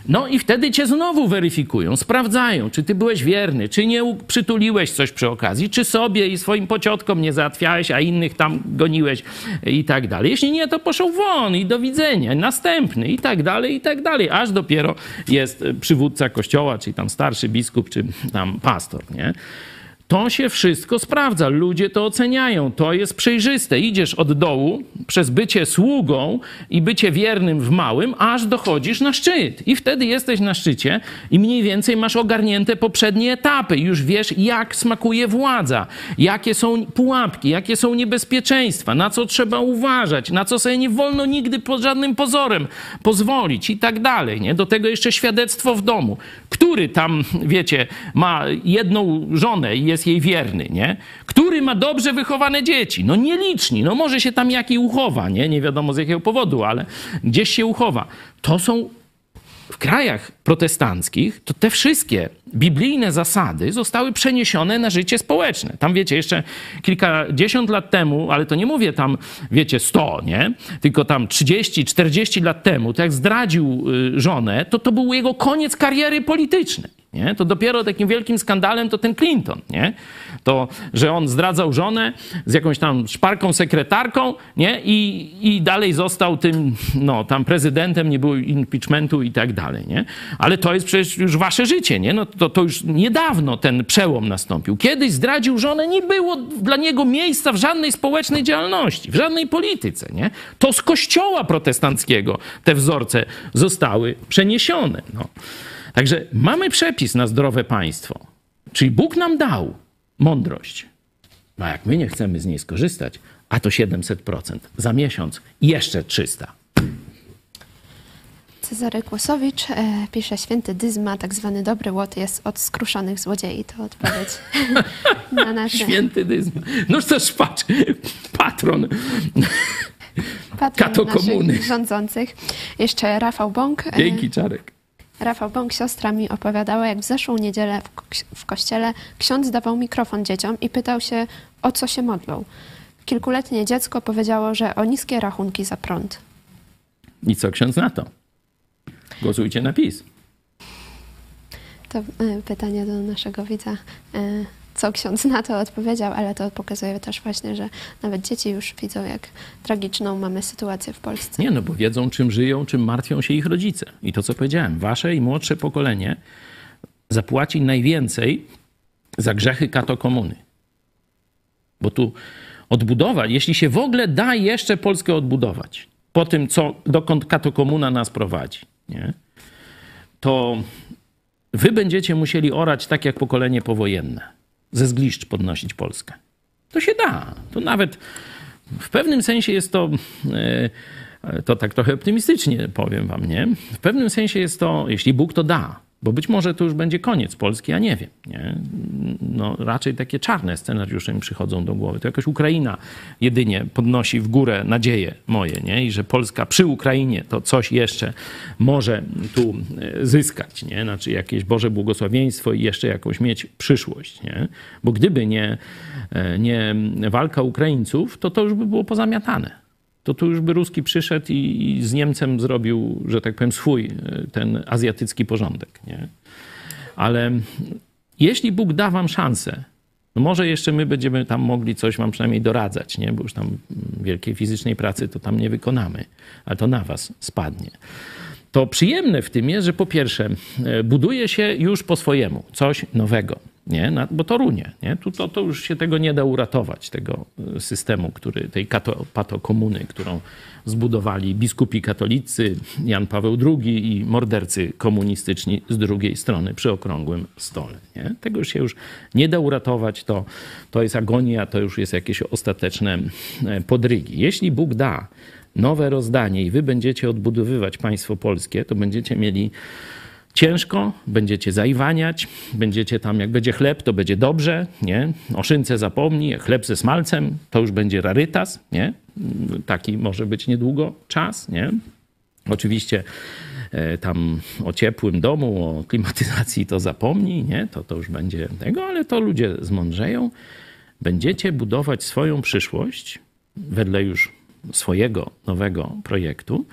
No i wtedy cię znowu weryfikują, sprawdzają, czy ty byłeś wierny, czy nie u- przytuliłeś coś przy okazji, czy sobie i swoim pociotkom nie załatwiałeś, a innych tam goniłeś i tak dalej. Jeśli nie, to poszł won i do widzenia, następny i tak dalej, i tak dalej. Aż dopiero jest przywódca kościoła, czyli tam starszy biskup, czy tam pastor, nie? To się wszystko sprawdza, ludzie to oceniają, to jest przejrzyste. Idziesz od dołu przez bycie sługą i bycie wiernym w małym, aż dochodzisz na szczyt. I wtedy jesteś na szczycie i mniej więcej masz ogarnięte poprzednie etapy. Już wiesz, jak smakuje władza, jakie są pułapki, jakie są niebezpieczeństwa, na co trzeba uważać, na co sobie nie wolno nigdy pod żadnym pozorem pozwolić i tak dalej. Nie? Do tego jeszcze świadectwo w domu. Który tam, wiecie, ma jedną żonę i jest jej wierny, nie? Który ma dobrze wychowane dzieci? No nieliczni, no może się tam jaki uchowa, nie? Nie wiadomo z jakiego powodu, ale gdzieś się uchowa. To są w krajach protestanckich, to te wszystkie biblijne zasady zostały przeniesione na życie społeczne. Tam, wiecie, jeszcze kilkadziesiąt lat temu, ale to nie mówię tam, wiecie, sto, nie? Tylko tam trzydzieści, czterdzieści lat temu, to jak zdradził żonę, to to był jego koniec kariery politycznej. Nie? To dopiero takim wielkim skandalem to ten Clinton, nie? To, że on zdradzał żonę z jakąś tam szparką sekretarką, nie? I, i dalej został tym, no, tam prezydentem, nie było impeachmentu i tak dalej, nie? Ale to jest przecież już wasze życie, nie? No to, to już niedawno ten przełom nastąpił. Kiedyś zdradził żonę, nie było dla niego miejsca w żadnej społecznej działalności, w żadnej polityce, nie? To z kościoła protestanckiego te wzorce zostały przeniesione, no. Także mamy przepis na zdrowe państwo. Czyli Bóg nam dał mądrość. A jak my nie chcemy z niej skorzystać, a to siedemset procent. Za miesiąc jeszcze trzysta. Cezary Kłosowicz e, pisze, święty Dyzma, tak zwany dobry łot jest od skruszonych złodziei. To odpowiedź na nasze... Święty Dyzma. No też patrz, patron. patron katokomuny. naszych rządzących. Jeszcze Rafał Bąk. E, Dzięki, Czarek. Rafał Bąk, siostra mi opowiadała, jak w zeszłą niedzielę w, ko- w kościele ksiądz dawał mikrofon dzieciom i pytał się, o co się modlą. Kilkuletnie dziecko powiedziało, że o niskie rachunki za prąd. I co ksiądz na to? Głosujcie na PiS. To y, pytanie do naszego widza, y, co ksiądz na to odpowiedział, ale to pokazuje też właśnie, że nawet dzieci już widzą, jak tragiczną mamy sytuację w Polsce. Nie, no bo wiedzą, czym żyją, czym martwią się ich rodzice. I to, co powiedziałem, wasze i młodsze pokolenie zapłaci najwięcej za grzechy katokomuny. Bo tu odbudować, jeśli się w ogóle da jeszcze Polskę odbudować, po tym, co, dokąd katokomuna nas prowadzi, nie? To wy będziecie musieli orać tak jak pokolenie powojenne. Ze zgliszcz podnosić Polskę. To się da. To nawet w pewnym sensie jest to, to tak trochę optymistycznie powiem wam, nie? W pewnym sensie jest to, jeśli Bóg to da, bo być może to już będzie koniec Polski, ja nie wiem, nie? No raczej takie czarne scenariusze mi przychodzą do głowy. To jakaś Ukraina jedynie podnosi w górę nadzieje moje, nie? I że Polska przy Ukrainie to coś jeszcze może tu zyskać, nie? Znaczy jakieś Boże błogosławieństwo i jeszcze jakąś mieć przyszłość, nie? Bo gdyby nie, nie walka Ukraińców, to to już by było pozamiatane. To tu już by Ruski przyszedł i, i z Niemcem zrobił, że tak powiem, swój ten azjatycki porządek, nie? Ale jeśli Bóg da wam szansę, no może jeszcze my będziemy tam mogli coś wam przynajmniej doradzać, nie? Bo już tam wielkiej fizycznej pracy to tam nie wykonamy, ale to na was spadnie. To przyjemne w tym jest, że po pierwsze buduje się już po swojemu coś nowego. Nie? Bo to runie. Nie? Tu, to, to już się tego nie da uratować, tego systemu, który, tej kato, patokomuny, którą zbudowali biskupi katolicy, Jan Paweł drugi i mordercy komunistyczni z drugiej strony przy okrągłym stole. Nie? Tego już się już nie da uratować. To, to jest agonia, to już jest jakieś ostateczne podrygi. Jeśli Bóg da nowe rozdanie i wy będziecie odbudowywać państwo polskie, to będziecie mieli ciężko, będziecie zaiwaniać, będziecie tam, jak będzie chleb, to będzie dobrze, nie? O szynce zapomnij, jak chleb ze smalcem, to już będzie rarytas, nie? Taki może być niedługo czas, nie? Oczywiście e, tam o ciepłym domu, o klimatyzacji to zapomnij, nie? To, to już będzie tego, ale to ludzie zmądrzeją. Będziecie budować swoją przyszłość wedle już swojego nowego projektu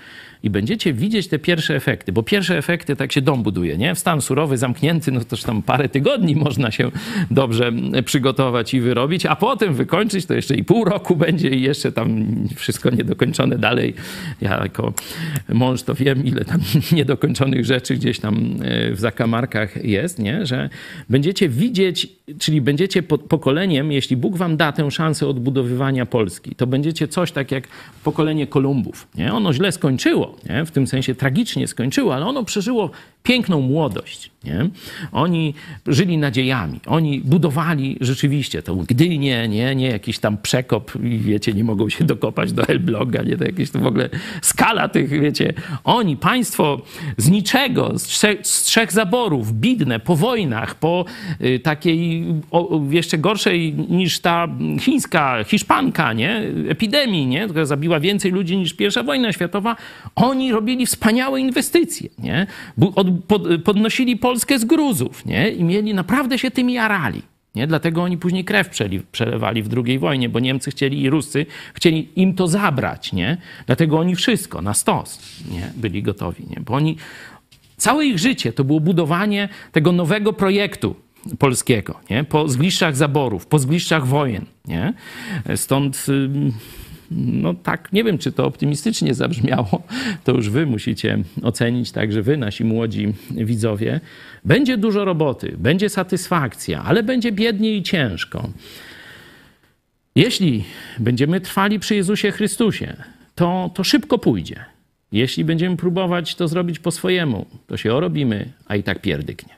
i będziecie widzieć te pierwsze efekty, bo pierwsze efekty tak się dom buduje, nie? W stan surowy, zamknięty, no toż tam parę tygodni można się dobrze przygotować i wyrobić, a potem wykończyć to jeszcze i pół roku będzie i jeszcze tam wszystko niedokończone dalej. Ja jako mąż to wiem, ile tam niedokończonych rzeczy gdzieś tam w zakamarkach jest, nie? Że będziecie widzieć, czyli będziecie pokoleniem, jeśli Bóg wam da tę szansę odbudowywania Polski, to będziecie coś tak jak pokolenie Kolumbów. Nie? Ono źle skończyło, nie? W tym sensie tragicznie skończyło, ale ono przeżyło piękną młodość. Nie? Oni żyli nadziejami, oni budowali rzeczywiście tą Gdynię, nie, nie jakiś tam przekop i wiecie, nie mogą się dokopać do Elbląga, nie, to jakieś to w ogóle skala tych, wiecie, oni, państwo z niczego, z trzech, z trzech zaborów, bidne, po wojnach, po y, takiej o, jeszcze gorszej niż ta chińska, hiszpanka, nie, epidemii, nie, która zabiła więcej ludzi niż pierwsza wojna światowa, oni robili wspaniałe inwestycje, nie, Od, pod, podnosili Polskę z gruzów, nie? I mieli, naprawdę się tym jarali. Nie? Dlatego oni później krew przeli, przelewali w drugiej wojnie, bo Niemcy chcieli i Ruscy chcieli im to zabrać, nie? Dlatego oni wszystko na stos, nie? Byli gotowi, nie? Bo oni, całe ich życie to było budowanie tego nowego projektu polskiego, nie? Po zgliszczach zaborów, po zgliszczach wojen, nie? Stąd... No tak, nie wiem, czy to optymistycznie zabrzmiało, to już wy musicie ocenić, także wy, nasi młodzi widzowie. Będzie dużo roboty, będzie satysfakcja, ale będzie biednie i ciężko. Jeśli będziemy trwali przy Jezusie Chrystusie, to, to szybko pójdzie. Jeśli będziemy próbować to zrobić po swojemu, to się orobimy, a i tak pierdyknie.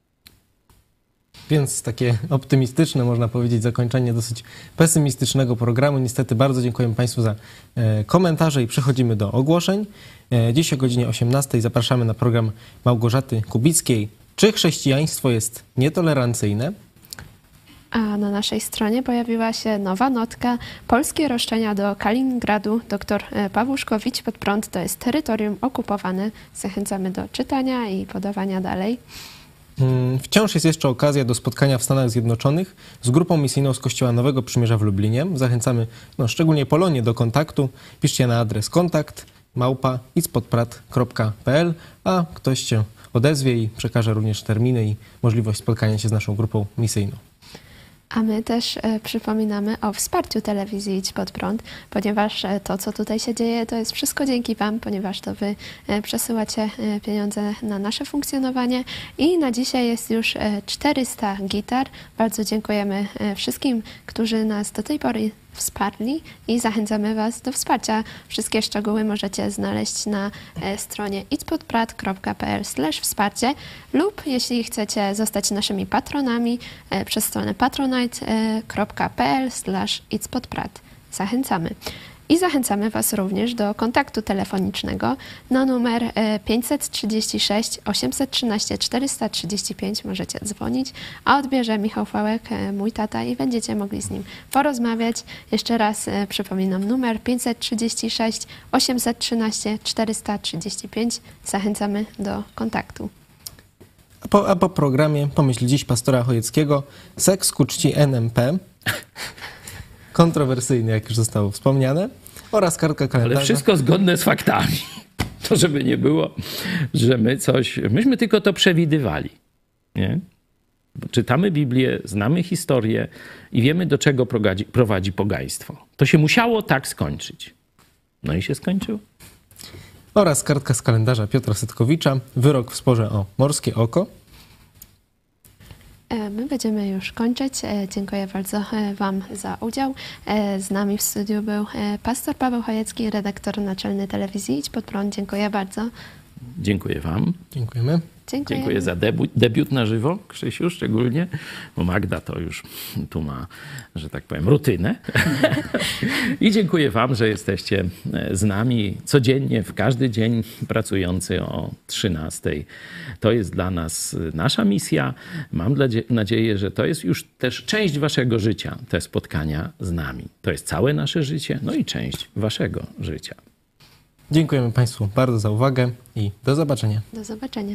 Więc takie optymistyczne, można powiedzieć, zakończenie dosyć pesymistycznego programu. Niestety bardzo dziękujemy Państwu za e, komentarze i przechodzimy do ogłoszeń. E, dziś o godzinie osiemnastej zapraszamy na program Małgorzaty Kubickiej. Czy chrześcijaństwo jest nietolerancyjne? A na naszej stronie pojawiła się nowa notka. Polskie roszczenia do Kaliningradu. Doktor Pawłuszkowicz pod prąd to jest terytorium okupowane. Zachęcamy do czytania i podawania dalej. Wciąż jest jeszcze okazja do spotkania w Stanach Zjednoczonych z grupą misyjną z Kościoła Nowego Przymierza w Lublinie. Zachęcamy no, szczególnie Polonię do kontaktu. Piszcie na adres kontakt małpa icpodprat kropka p l, a ktoś się odezwie i przekaże również terminy i możliwość spotkania się z naszą grupą misyjną. A my też e, przypominamy o wsparciu telewizji Idź Pod Prąd, ponieważ e, to, co tutaj się dzieje, to jest wszystko dzięki Wam, ponieważ to Wy e, przesyłacie e, pieniądze na nasze funkcjonowanie i na dzisiaj jest już e, czterysta gitar. Bardzo dziękujemy e, wszystkim, którzy nas do tej pory wsparli i zachęcamy Was do wsparcia. Wszystkie szczegóły możecie znaleźć na e, stronie idźpodprat kropka p l slash wsparcie lub jeśli chcecie zostać naszymi patronami e, przez stronę patronite kropka p l slash idźpodprat. Zachęcamy. I zachęcamy Was również do kontaktu telefonicznego na numer pięćset trzydzieści sześć osiemset trzynaście czterysta trzydzieści pięć. Możecie dzwonić, a odbierze Michał Fałek, mój tata, i będziecie mogli z nim porozmawiać. Jeszcze raz przypominam numer pięćset trzydzieści sześć osiemset trzynaście czterysta trzydzieści pięć. Zachęcamy do kontaktu. A po, a po programie Pomyśl dziś pastora Chojeckiego seks ku czci N M P. Kontrowersyjny, jak już zostało wspomniane, oraz kartka kalendarza. Ale wszystko zgodne z faktami. To żeby nie było, że my coś... Myśmy tylko to przewidywali. Nie? Bo czytamy Biblię, znamy historię i wiemy, do czego prowadzi, prowadzi pogaństwo. To się musiało tak skończyć. No i się skończyło. Oraz kartka z kalendarza Piotra Setkowicza, wyrok w sporze o morskie oko. My będziemy już kończyć. Dziękuję bardzo Wam za udział. Z nami w studiu był pastor Paweł Chojecki, redaktor naczelny telewizji Idź Pod Prąd. Dziękuję bardzo. Dziękuję Wam. Dziękujemy. Dziękujemy. Dziękuję za debiut, debiut na żywo, Krzysiu szczególnie, bo Magda to już tu ma, że tak powiem, rutynę. I dziękuję Wam, że jesteście z nami codziennie, w każdy dzień pracujący o trzynastej. To jest dla nas nasza misja. Mam nadzieję, że to jest już też część Waszego życia, te spotkania z nami. To jest całe nasze życie, no i część Waszego życia. Dziękujemy Państwu bardzo za uwagę i do zobaczenia. Do zobaczenia.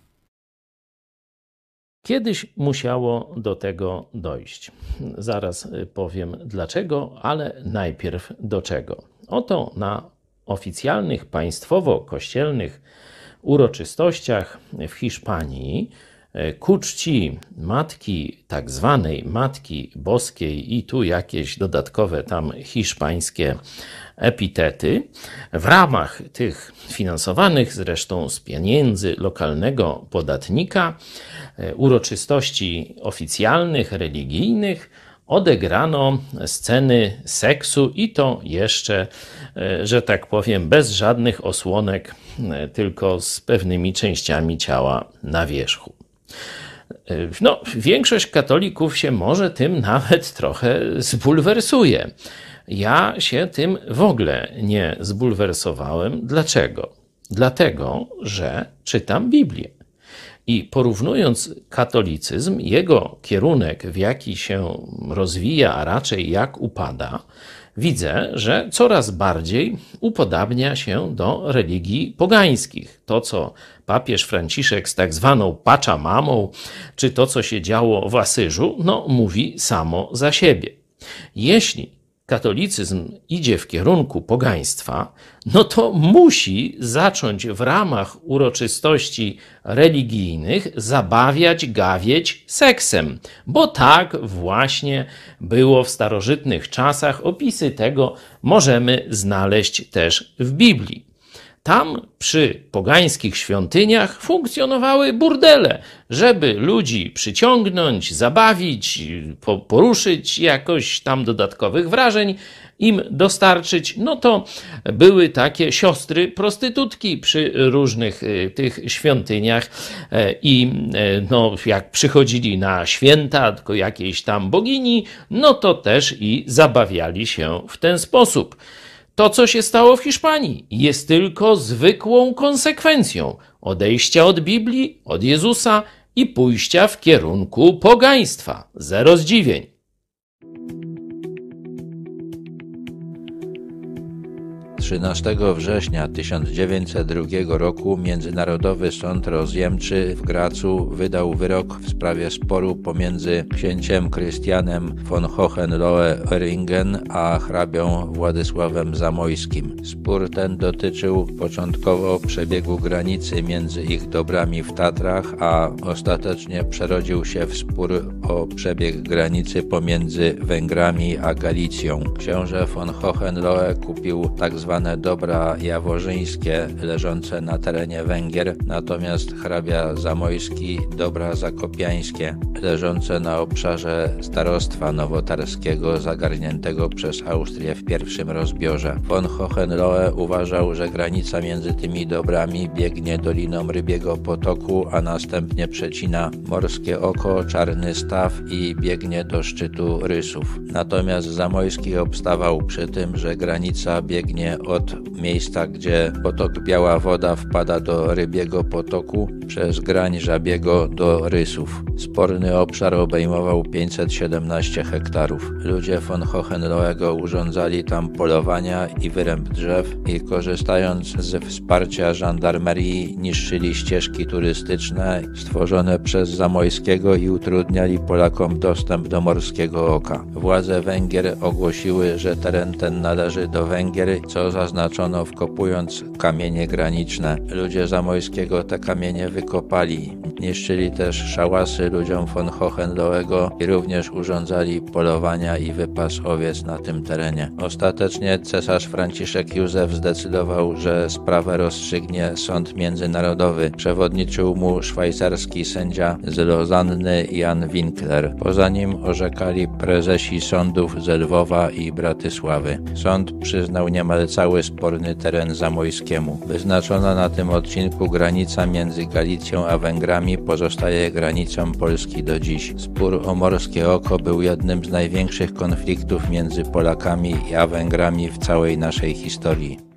Kiedyś musiało do tego dojść. Zaraz powiem dlaczego, ale najpierw do czego. Oto na oficjalnych państwowo-kościelnych uroczystościach w Hiszpanii ku czci Matki, tak zwanej Matki Boskiej i tu jakieś dodatkowe tam hiszpańskie epitety, w ramach tych finansowanych zresztą z pieniędzy lokalnego podatnika uroczystości oficjalnych, religijnych, odegrano sceny seksu i to jeszcze, że tak powiem, bez żadnych osłonek, tylko z pewnymi częściami ciała na wierzchu. No, większość katolików się może tym nawet trochę zbulwersuje. Ja się tym w ogóle nie zbulwersowałem. Dlaczego? Dlatego, że czytam Biblię. I porównując katolicyzm, jego kierunek, w jaki się rozwija, a raczej jak upada, widzę, że coraz bardziej upodabnia się do religii pogańskich. To, co papież Franciszek z tak zwaną Pachamamą, czy to, co się działo w Asyżu, no mówi samo za siebie. Jeśli katolicyzm idzie w kierunku pogaństwa, no to musi zacząć w ramach uroczystości religijnych zabawiać, gawieć seksem, bo tak właśnie było w starożytnych czasach. Opisy tego możemy znaleźć też w Biblii. Tam przy pogańskich świątyniach funkcjonowały burdele, żeby ludzi przyciągnąć, zabawić, po, poruszyć, jakoś tam dodatkowych wrażeń im dostarczyć. No to były takie siostry prostytutki przy różnych y, tych świątyniach y, i y, no, jak przychodzili na święta tylko jakiejś tam bogini, no to też i zabawiali się w ten sposób. To, co się stało w Hiszpanii, jest tylko zwykłą konsekwencją odejścia od Biblii, od Jezusa i pójścia w kierunku pogaństwa. Zero zdziwień. trzynastego września tysiąc dziewięćset drugiego roku Międzynarodowy Sąd Rozjemczy w Gracu wydał wyrok w sprawie sporu pomiędzy księciem Krystianem von Hohenlohe-Öhringen a hrabią Władysławem Zamojskim. Spór ten dotyczył początkowo przebiegu granicy między ich dobrami w Tatrach, a ostatecznie przerodził się w spór o przebieg granicy pomiędzy Węgrami a Galicją. Książę von Hohenlohe kupił tak zwane dobra jaworzyńskie leżące na terenie Węgier, natomiast hrabia Zamojski dobra zakopiańskie leżące na obszarze starostwa nowotarskiego zagarniętego przez Austrię w pierwszym rozbiorze. Von Hohenlohe uważał, że granica między tymi dobrami biegnie doliną Rybiego Potoku, a następnie przecina Morskie Oko, Czarny Staw i biegnie do szczytu Rysów. Natomiast Zamojski obstawał przy tym, że granica biegnie od miejsca, gdzie potok Biała Woda wpada do Rybiego Potoku, przez Grań Żabiego do Rysów. Sporny obszar obejmował pięćset siedemnaście hektarów. Ludzie von Hohenlohego urządzali tam polowania i wyręb drzew i korzystając z wsparcia żandarmerii niszczyli ścieżki turystyczne stworzone przez Zamojskiego i utrudniali Polakom dostęp do Morskiego Oka. Władze Węgier ogłosiły, że teren ten należy do Węgier, co zaznaczono wkopując kamienie graniczne. Ludzie Zamojskiego te kamienie wykopali. Niszczyli też szałasy ludziom von Hohenlohego i również urządzali polowania i wypas owiec na tym terenie. Ostatecznie cesarz Franciszek Józef zdecydował, że sprawę rozstrzygnie sąd międzynarodowy. Przewodniczył mu szwajcarski sędzia z Lozanny Jan Winkler. Poza nim orzekali prezesi sądów z Lwowa i Bratysławy. Sąd przyznał niemal cały sporny teren Zamojskiemu. Wyznaczona na tym odcinku granica między Galicją a Węgrami pozostaje granicą Polski do dziś. Spór o Morskie Oko był jednym z największych konfliktów między Polakami a Węgrami w całej naszej historii.